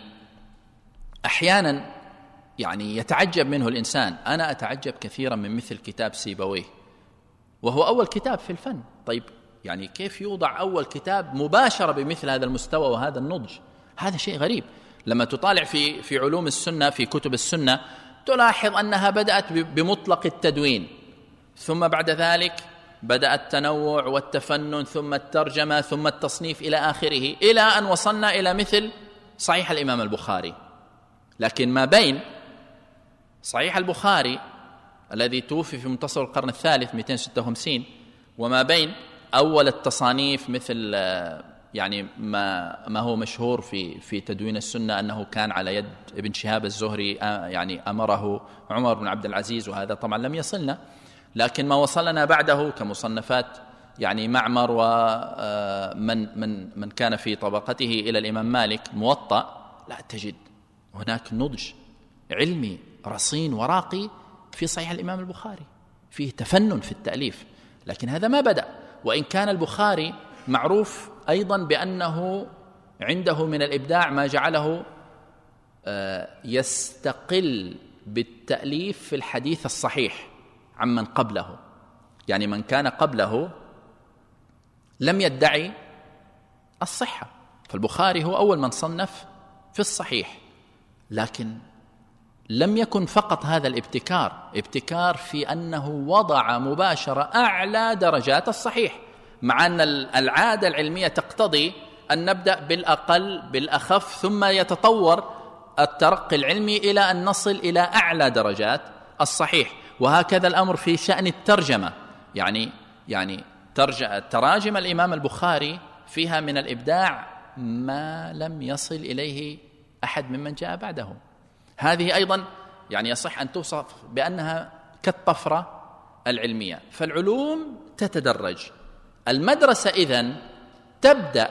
أحيانا يعني يتعجب منه الإنسان، أنا أتعجب كثيرا من مثل كتاب سيبويه، وهو أول كتاب في الفن. طيب يعني كيف يوضع أول كتاب مباشرة بمثل هذا المستوى وهذا النضج؟ هذا شيء غريب. لما تطالع في في علوم السنة، في كتب السنة، تلاحظ أنها بدأت بمطلق التدوين، ثم بعد ذلك بدأ التنوع والتفنن، ثم الترجمة، ثم التصنيف إلى آخره، إلى أن وصلنا إلى مثل صحيح الإمام البخاري. لكن ما بين صحيح البخاري الذي توفي في منتصف القرن الثالث مئتين وستة وخمسين وما بين أول التصانيف مثل يعني ما ما هو مشهور في في تدوين السنة أنه كان على يد ابن شهاب الزهري، يعني أمره عمر بن عبد العزيز، وهذا طبعا لم يصلنا. لكن ما وصلنا بعده كمصنفات يعني معمر ومن من من كان في طبقته إلى الإمام مالك، موطأ، لا تجد هناك نضج علمي رصين وراقي في صحيح الإمام البخاري، فيه تفنن في التأليف. لكن هذا ما بدأ، وإن كان البخاري معروف أيضا بأنه عنده من الإبداع ما جعله يستقل بالتأليف في الحديث الصحيح عمن قبله. يعني من كان قبله لم يدعي الصحة، فالبخاري هو أول من صنف في الصحيح، لكن لم يكن فقط هذا الابتكار، ابتكار في أنه وضع مباشرة أعلى درجات الصحيح، مع أن العادة العلمية تقتضي أن نبدأ بالأقل بالأخف ثم يتطور الترقي العلمي إلى أن نصل إلى أعلى درجات الصحيح. وهكذا الأمر في شأن الترجمة. يعني يعني تراجم الإمام البخاري فيها من الإبداع ما لم يصل إليه أحد ممن جاء بعده. هذه أيضا يعني يصح أن توصف بأنها كالطفرة العلمية. فالعلوم تتدرج. المدرسة إذن تبدأ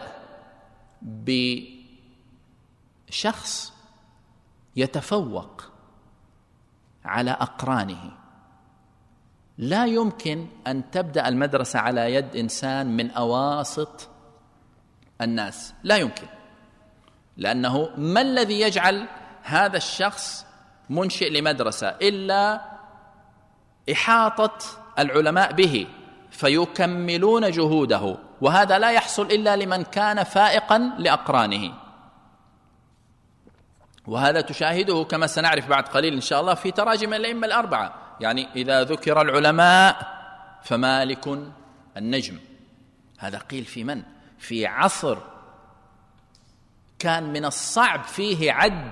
بشخص يتفوق على أقرانه. لا يمكن أن تبدأ المدرسة على يد إنسان من أواسط الناس، لا يمكن، لأنه ما الذي يجعل هذا الشخص منشئ لمدرسة إلا إحاطة العلماء به فيكملون جهوده، وهذا لا يحصل إلا لمن كان فائقا لأقرانه. وهذا تشاهده كما سنعرف بعد قليل إن شاء الله في تراجم الأئمة الأربعة. يعني إذا ذكر العلماء فمالك النجم، هذا قيل في من؟ في عصر كان من الصعب فيه عد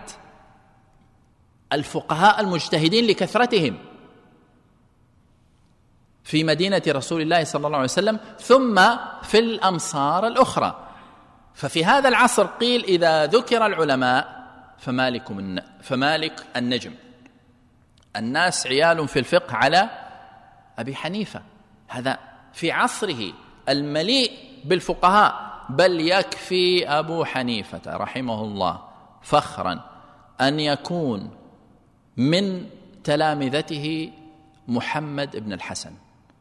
الفقهاء المجتهدين لكثرتهم في مدينة رسول الله صلى الله عليه وسلم، ثم في الأمصار الأخرى. ففي هذا العصر قيل إذا ذكر العلماء فمالك من فمالك النجم. الناس عيال في الفقه على أبي حنيفة، هذا في عصره المليء بالفقهاء. بل يكفي أبو حنيفة رحمه الله فخرا أن يكون من تلامذته محمد بن الحسن.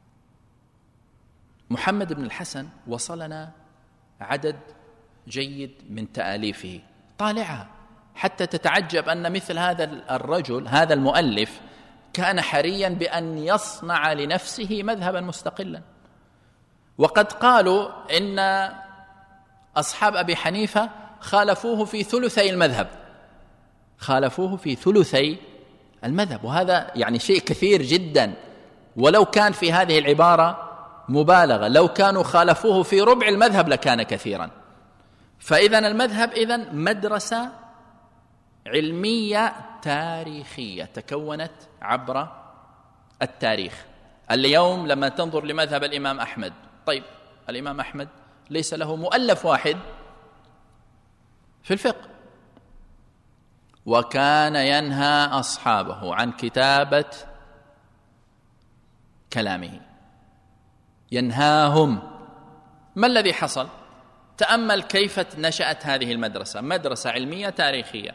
محمد بن الحسن وصلنا عدد جيد من تآليفه، طالعها حتى تتعجب أن مثل هذا الرجل هذا المؤلف كان حريا بأن يصنع لنفسه مذهبا مستقلا. وقد قالوا إن أصحاب أبي حنيفة خالفوه في ثلثي المذهب، خالفوه في ثلثي المذهب، وهذا يعني شيء كثير جدا. ولو كان في هذه العبارة مبالغة، لو كانوا خالفوه في ربع المذهب لكان كثيرا. فإذن المذهب إذن مدرسة علمية تاريخية تكونت عبر التاريخ. اليوم لما تنظر لمذهب الإمام أحمد، طيب الإمام أحمد ليس له مؤلف واحد في الفقه، وكان ينهى أصحابه عن كتابة كلامه، ينهاهم. ما الذي حصل؟ تأمل كيف نشأت هذه المدرسة، مدرسة علمية تاريخية.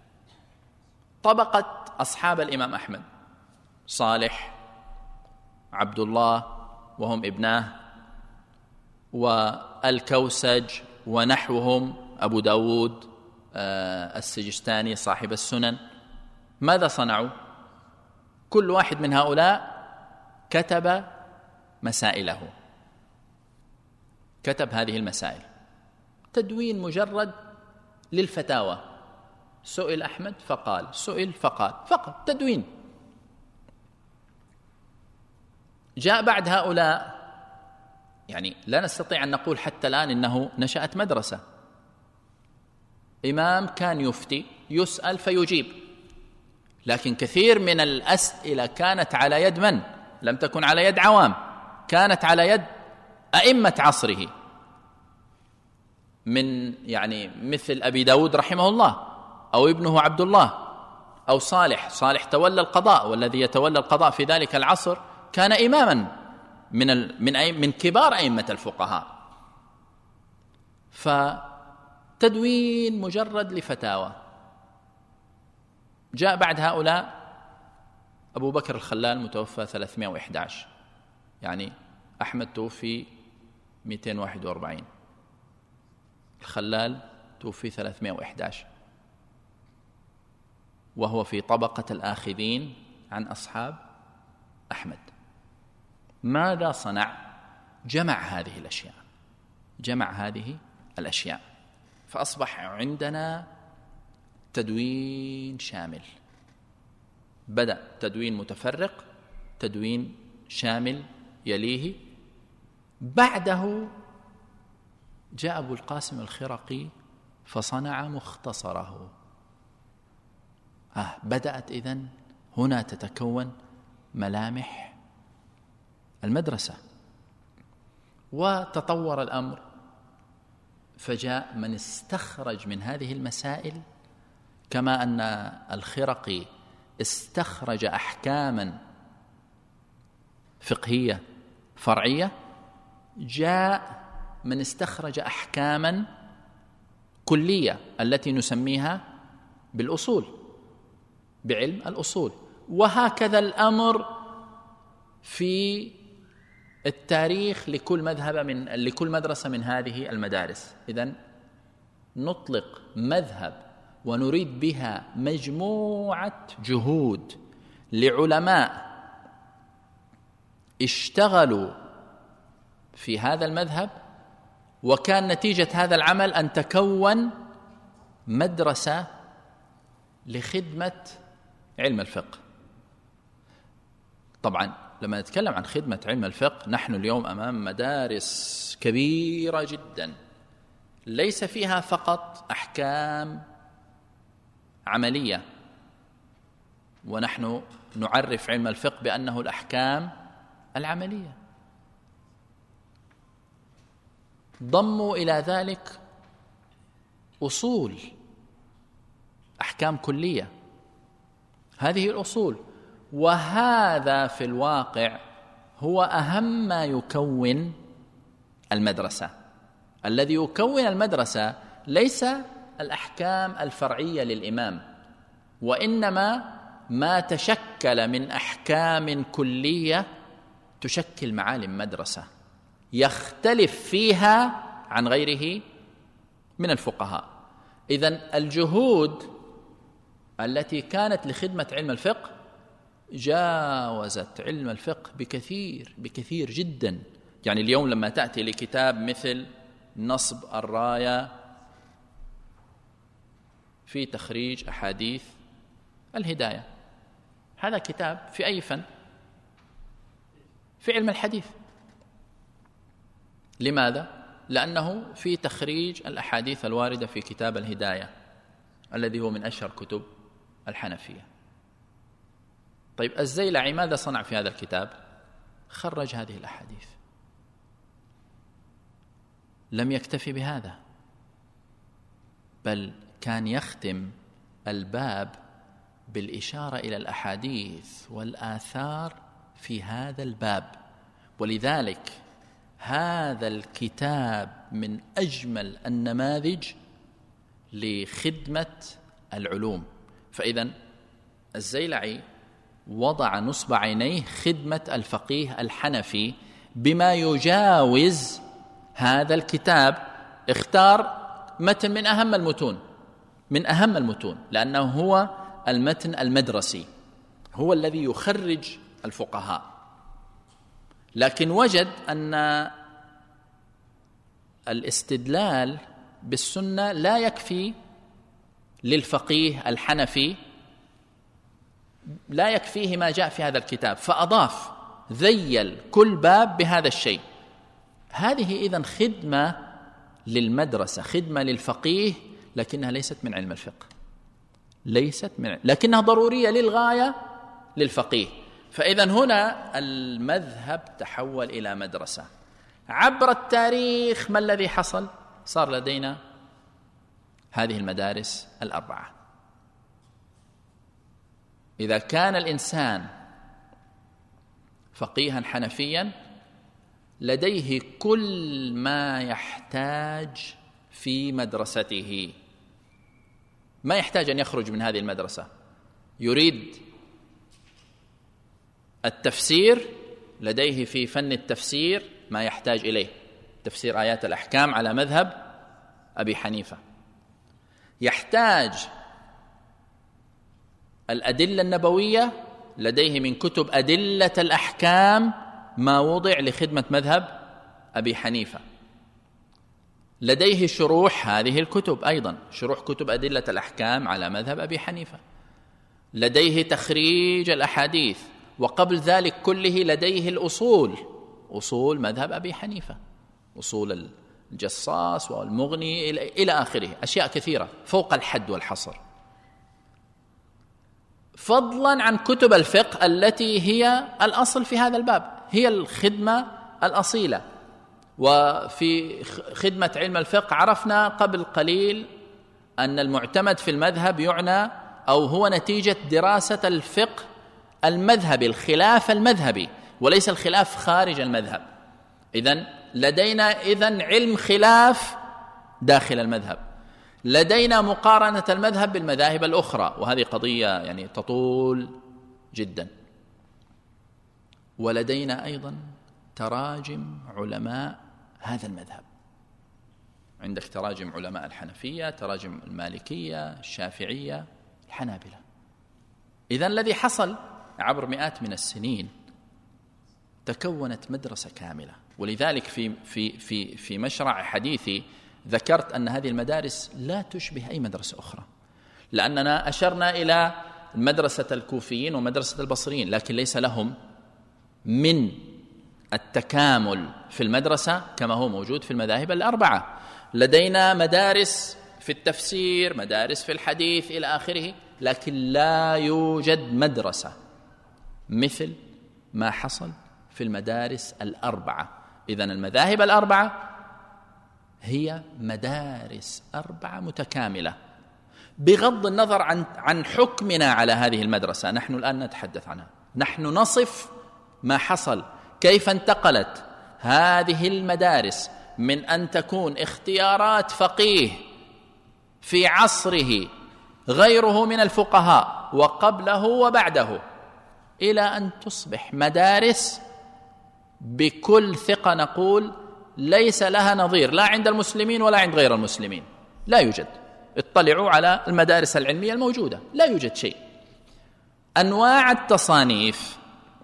طبقة أصحاب الإمام أحمد صالح، عبد الله وهم ابناه، والكوسج ونحوهم، أبو داود السجستاني صاحب السنن. ماذا صنعوا؟ كل واحد من هؤلاء كتب مسائله، كتب هذه المسائل، تدوين مجرد للفتاوى. سئل أحمد فقال، سئل فقال، فقط تدوين. جاء بعد هؤلاء، يعني لا نستطيع أن نقول حتى الآن إنه نشأت مدرسة. إمام كان يفتي، يسأل فيجيب، لكن كثير من الأسئلة كانت على يد من؟ لم تكن على يد عوام، كانت على يد أئمة عصره، من يعني مثل أبي داود رحمه الله، أو ابنه عبد الله، أو صالح. صالح تولى القضاء، والذي يتولى القضاء في ذلك العصر كان إماما من ال من أي من كبار أئمة الفقهاء. فتدوين مجرد لفتاوى. جاء بعد هؤلاء أبو بكر الخلال متوفى ثلاثمائة وأحد عشر، يعني أحمد توفي مئتين وواحد وأربعين، الخلال توفي ثلاثمائة وأحد عشر، وهو في طبقة الآخذين عن أصحاب أحمد. ماذا صنع؟ جمع هذه الأشياء، جمع هذه الأشياء، فأصبح عندنا تدوين شامل. بدأ تدوين متفرق، تدوين شامل يليه. بعده جاء أبو القاسم الخرقي فصنع مختصره. آه بدأت إذن هنا تتكون ملامح المدرسة. وتطور الأمر، فجاء من استخرج من هذه المسائل كما أن الخرقي استخرج أحكاما فقهية فرعية، جاء من استخرج أحكاما كلية التي نسميها بالأصول، بعلم الأصول. وهكذا الأمر في التاريخ لكل مذهب من لكل مدرسة من هذه المدارس. إذن نطلق مذهب ونريد بها مجموعة جهود لعلماء اشتغلوا في هذا المذهب، وكان نتيجة هذا العمل أن تكون مدرسة لخدمة علم الفقه. طبعا لما نتكلم عن خدمة علم الفقه، نحن اليوم أمام مدارس كبيرة جدا ليس فيها فقط أحكام عملية، ونحن نعرف علم الفقه بأنه الأحكام العملية. ضموا إلى ذلك أصول، أحكام كلية، هذه الأصول. وهذا في الواقع هو أهم ما يكون المدرسة. الذي يكون المدرسة ليس الأحكام الفرعية للإمام، وإنما ما تشكل من أحكام كلية تشكل معالم مدرسة يختلف فيها عن غيره من الفقهاء. إذن الجهود التي كانت لخدمة علم الفقه جاوزت علم الفقه بكثير بكثير جدا. يعني اليوم لما تأتي لكتاب مثل نصب الراية في تخريج أحاديث الهداية، هذا كتاب في أي فن؟ في علم الحديث. لماذا؟ لأنه في تخريج الأحاديث الواردة في كتاب الهداية الذي هو من أشهر كتب الحنفية. طيب الزيلعي ماذا صنع في هذا الكتاب؟ خرج هذه الأحاديث. لم يكتفي بهذا، بل كان يختم الباب بالإشارة إلى الأحاديث والآثار في هذا الباب. ولذلك هذا الكتاب من أجمل النماذج لخدمة العلوم. فإذا الزيلعي وضع نصب عينيه خدمة الفقيه الحنفي بما يجاوز هذا الكتاب. اختار متن من أهم المتون، من أهم المتون، لأنه هو المتن المدرسي، هو الذي يخرج الفقهاء. لكن وجد أن الاستدلال بالسنة لا يكفي للفقيه الحنفي، لا يكفيه ما جاء في هذا الكتاب، فأضاف ذيل كل باب بهذا الشيء. هذه إذن خدمة للمدرسة، خدمة للفقيه، لكنها ليست من علم الفقه، ليست من، لكنها ضرورية للغاية للفقيه. فإذن هنا المذهب تحول إلى مدرسة. عبر التاريخ ما الذي حصل؟ صار لدينا هذه المدارس الأربعة. إذا كان الإنسان فقيها حنفيا لديه كل ما يحتاج في مدرسته، ما يحتاج أن يخرج من هذه المدرسة. يريد التفسير، لديه في فن التفسير ما يحتاج إليه، تفسير آيات الأحكام على مذهب أبي حنيفة. يحتاج الأدلة النبوية، لديه من كتب أدلة الأحكام ما وضع لخدمة مذهب أبي حنيفة. لديه شروح هذه الكتب، أيضا شروح كتب أدلة الأحكام على مذهب أبي حنيفة. لديه تخريج الأحاديث، وقبل ذلك كله لديه الأصول، أصول مذهب أبي حنيفة، أصول الجصاص والمغني إلى آخره، أشياء كثيرة فوق الحد والحصر، فضلا عن كتب الفقه التي هي الأصل في هذا الباب، هي الخدمة الأصيلة. وفي خدمة علم الفقه عرفنا قبل قليل أن المعتمد في المذهب يعنى أو هو نتيجة دراسة الفقه المذهبي، الخلاف المذهبي، وليس الخلاف خارج المذهب. إذن لدينا إذن علم خلاف داخل المذهب، لدينا مقارنة المذهب بالمذاهب الأخرى، وهذه قضية يعني تطول جدا. ولدينا أيضا تراجم علماء هذا المذهب، عندك تراجم علماء الحنفية، تراجم المالكية، الشافعية، الحنابلة. إذن الذي حصل عبر مئات من السنين تكونت مدرسة كاملة. ولذلك في في في في مشرع حديثي ذكرت أن هذه المدارس لا تشبه أي مدرسة أخرى، لأننا أشرنا إلى مدرسة الكوفيين ومدرسة البصريين، لكن ليس لهم من التكامل في المدرسة كما هو موجود في المذاهب الأربعة. لدينا مدارس في التفسير، مدارس في الحديث إلى آخره، لكن لا يوجد مدرسة مثل ما حصل في المدارس الأربعة. إذن المذاهب الأربعة هي مدارس أربعة متكاملة، بغض النظر عن عن حكمنا على هذه المدرسة. نحن الآن نتحدث عنها، نحن نصف ما حصل، كيف انتقلت هذه المدارس من أن تكون اختيارات فقيه في عصره غيره من الفقهاء وقبله وبعده، إلى أن تصبح مدارس بكل ثقة نقول ليس لها نظير، لا عند المسلمين ولا عند غير المسلمين، لا يوجد. اطلعوا على المدارس العلمية الموجودة، لا يوجد شيء. أنواع التصانيف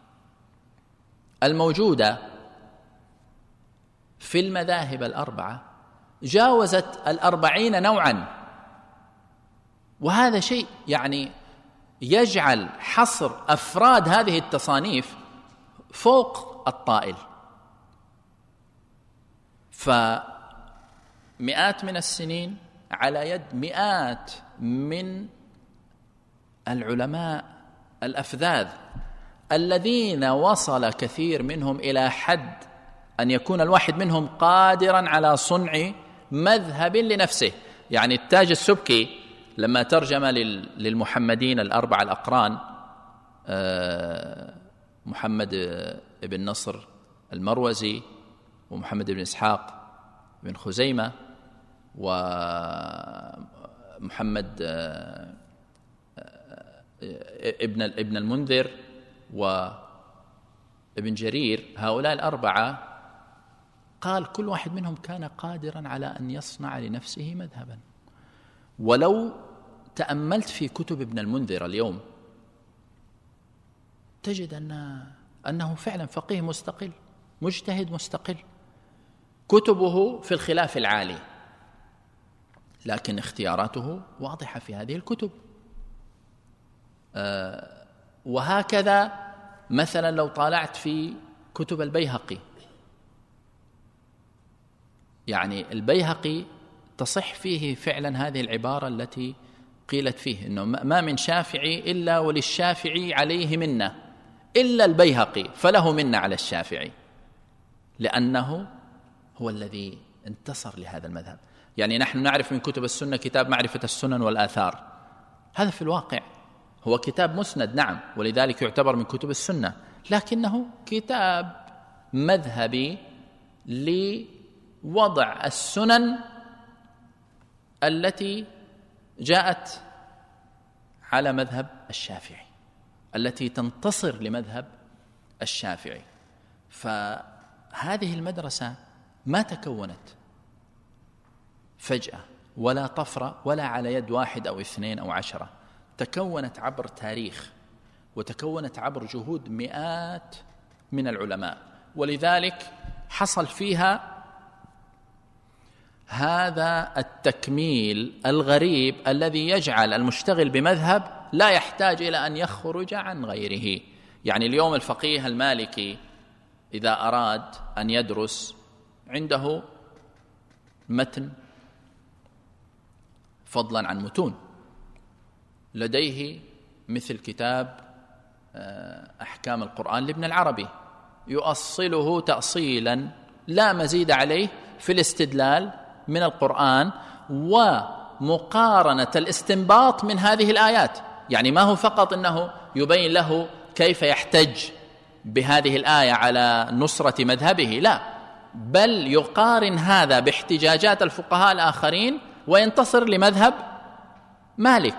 الموجودة في المذاهب الأربعة جاوزت الأربعين نوعا، وهذا شيء يعني يجعل حصر أفراد هذه التصانيف فوق الطائل. فمئات من السنين على يد مئات من العلماء الأفذاذ الذين وصل كثير منهم إلى حد أن يكون الواحد منهم قادرا على صنع مذهب لنفسه. يعني التاج السبكي لما ترجم للمحمدين الأربعة الأقران، محمد بن نصر المروزي ومحمد بن إسحاق بن خزيمة ومحمد ابن ابن المنذر وابن جرير، هؤلاء الأربعة قال كل واحد منهم كان قادرا على أن يصنع لنفسه مذهبا. ولو تأملت في كتب ابن المنذر اليوم تجد أن أنه فعلا فقيه مستقل، مجتهد مستقل، كتبه في الخلاف العالي، لكن اختياراته واضحة في هذه الكتب. آه وهكذا مثلا لو طالعت في كتب البيهقي، يعني البيهقي تصح فيه فعلا هذه العبارة التي قيلت فيه إنه ما من شافعي إلا وللشافعي عليه منة إلا البيهقي فله منة على الشافعي، لأنه هو الذي انتصر لهذا المذهب. يعني نحن نعرف من كتب السنة كتاب معرفة السنن والآثار، هذا في الواقع هو كتاب مسند نعم، ولذلك يعتبر من كتب السنة، لكنه كتاب مذهبي لوضع السنن التي جاءت على مذهب الشافعي، التي تنتصر لمذهب الشافعي. فهذه المدرسة ما تكونت فجأة ولا طفرة ولا على يد واحد أو اثنين أو عشرة، تكونت عبر تاريخ وتكونت عبر جهود مئات من العلماء، ولذلك حصل فيها هذا التكميل الغريب الذي يجعل المشتغل بمذهب لا يحتاج إلى أن يخرج عن غيره. يعني اليوم الفقيه المالكي إذا أراد أن يدرس عنده متن فضلا عن متون، لديه مثل كتاب أحكام القرآن لابن العربي، يؤصله تأصيلا لا مزيد عليه في الاستدلال من القرآن مقارنة الاستنباط من هذه الآيات. يعني ما هو فقط أنه يبين له كيف يحتج بهذه الآية على نصرة مذهبه، لا، بل يقارن هذا باحتجاجات الفقهاء الآخرين وينتصر لمذهب مالك.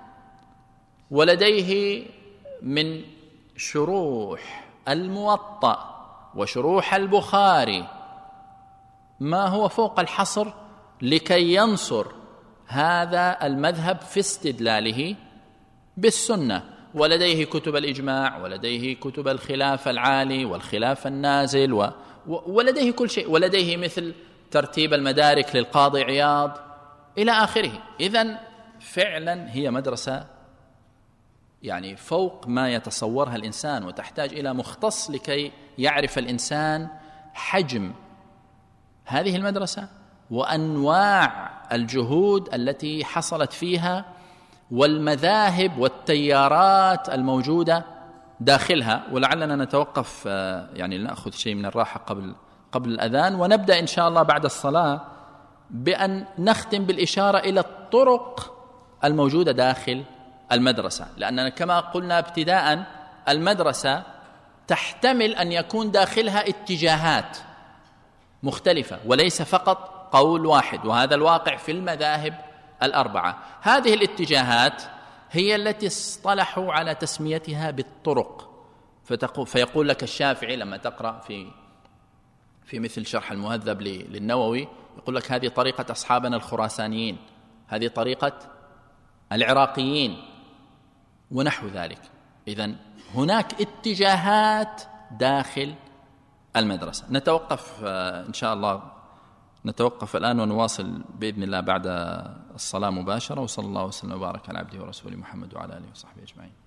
ولديه من شروح الموطأ وشروح البخاري ما هو فوق الحصر لكي ينصر هذا المذهب في استدلاله بالسنة. ولديه كتب الإجماع، ولديه كتب الخلاف العالي والخلاف النازل، و... ولديه كل شيء، ولديه مثل ترتيب المدارك للقاضي عياض إلى آخره. إذن فعلا هي مدرسة يعني فوق ما يتصورها الإنسان، وتحتاج إلى مختص لكي يعرف الإنسان حجم هذه المدرسة وأنواع الجهود التي حصلت فيها والمذاهب والتيارات الموجودة داخلها. ولعلنا نتوقف يعني لنأخذ شيء من الراحة قبل قبل الأذان، ونبدأ إن شاء الله بعد الصلاة بأن نختم بالإشارة إلى الطرق الموجودة داخل المدرسة، لأننا كما قلنا ابتداء المدرسة تحتمل أن يكون داخلها اتجاهات مختلفة وليس فقط قول واحد، وهذا الواقع في المذاهب الأربعة. هذه الاتجاهات هي التي اصطلحوا على تسميتها بالطرق. فيقول لك الشافعي لما تقرأ في في مثل شرح المهذب للنووي، يقول لك هذه طريقة أصحابنا الخراسانيين، هذه طريقة العراقيين ونحو ذلك. إذن هناك اتجاهات داخل المدرسة. نتوقف إن شاء الله، نتوقف الآن ونواصل بإذن الله بعد الصلاة مباشرة. وصلى الله وسلم وبارك على عبده ورسوله محمد وعلى آله وصحبه أجمعين.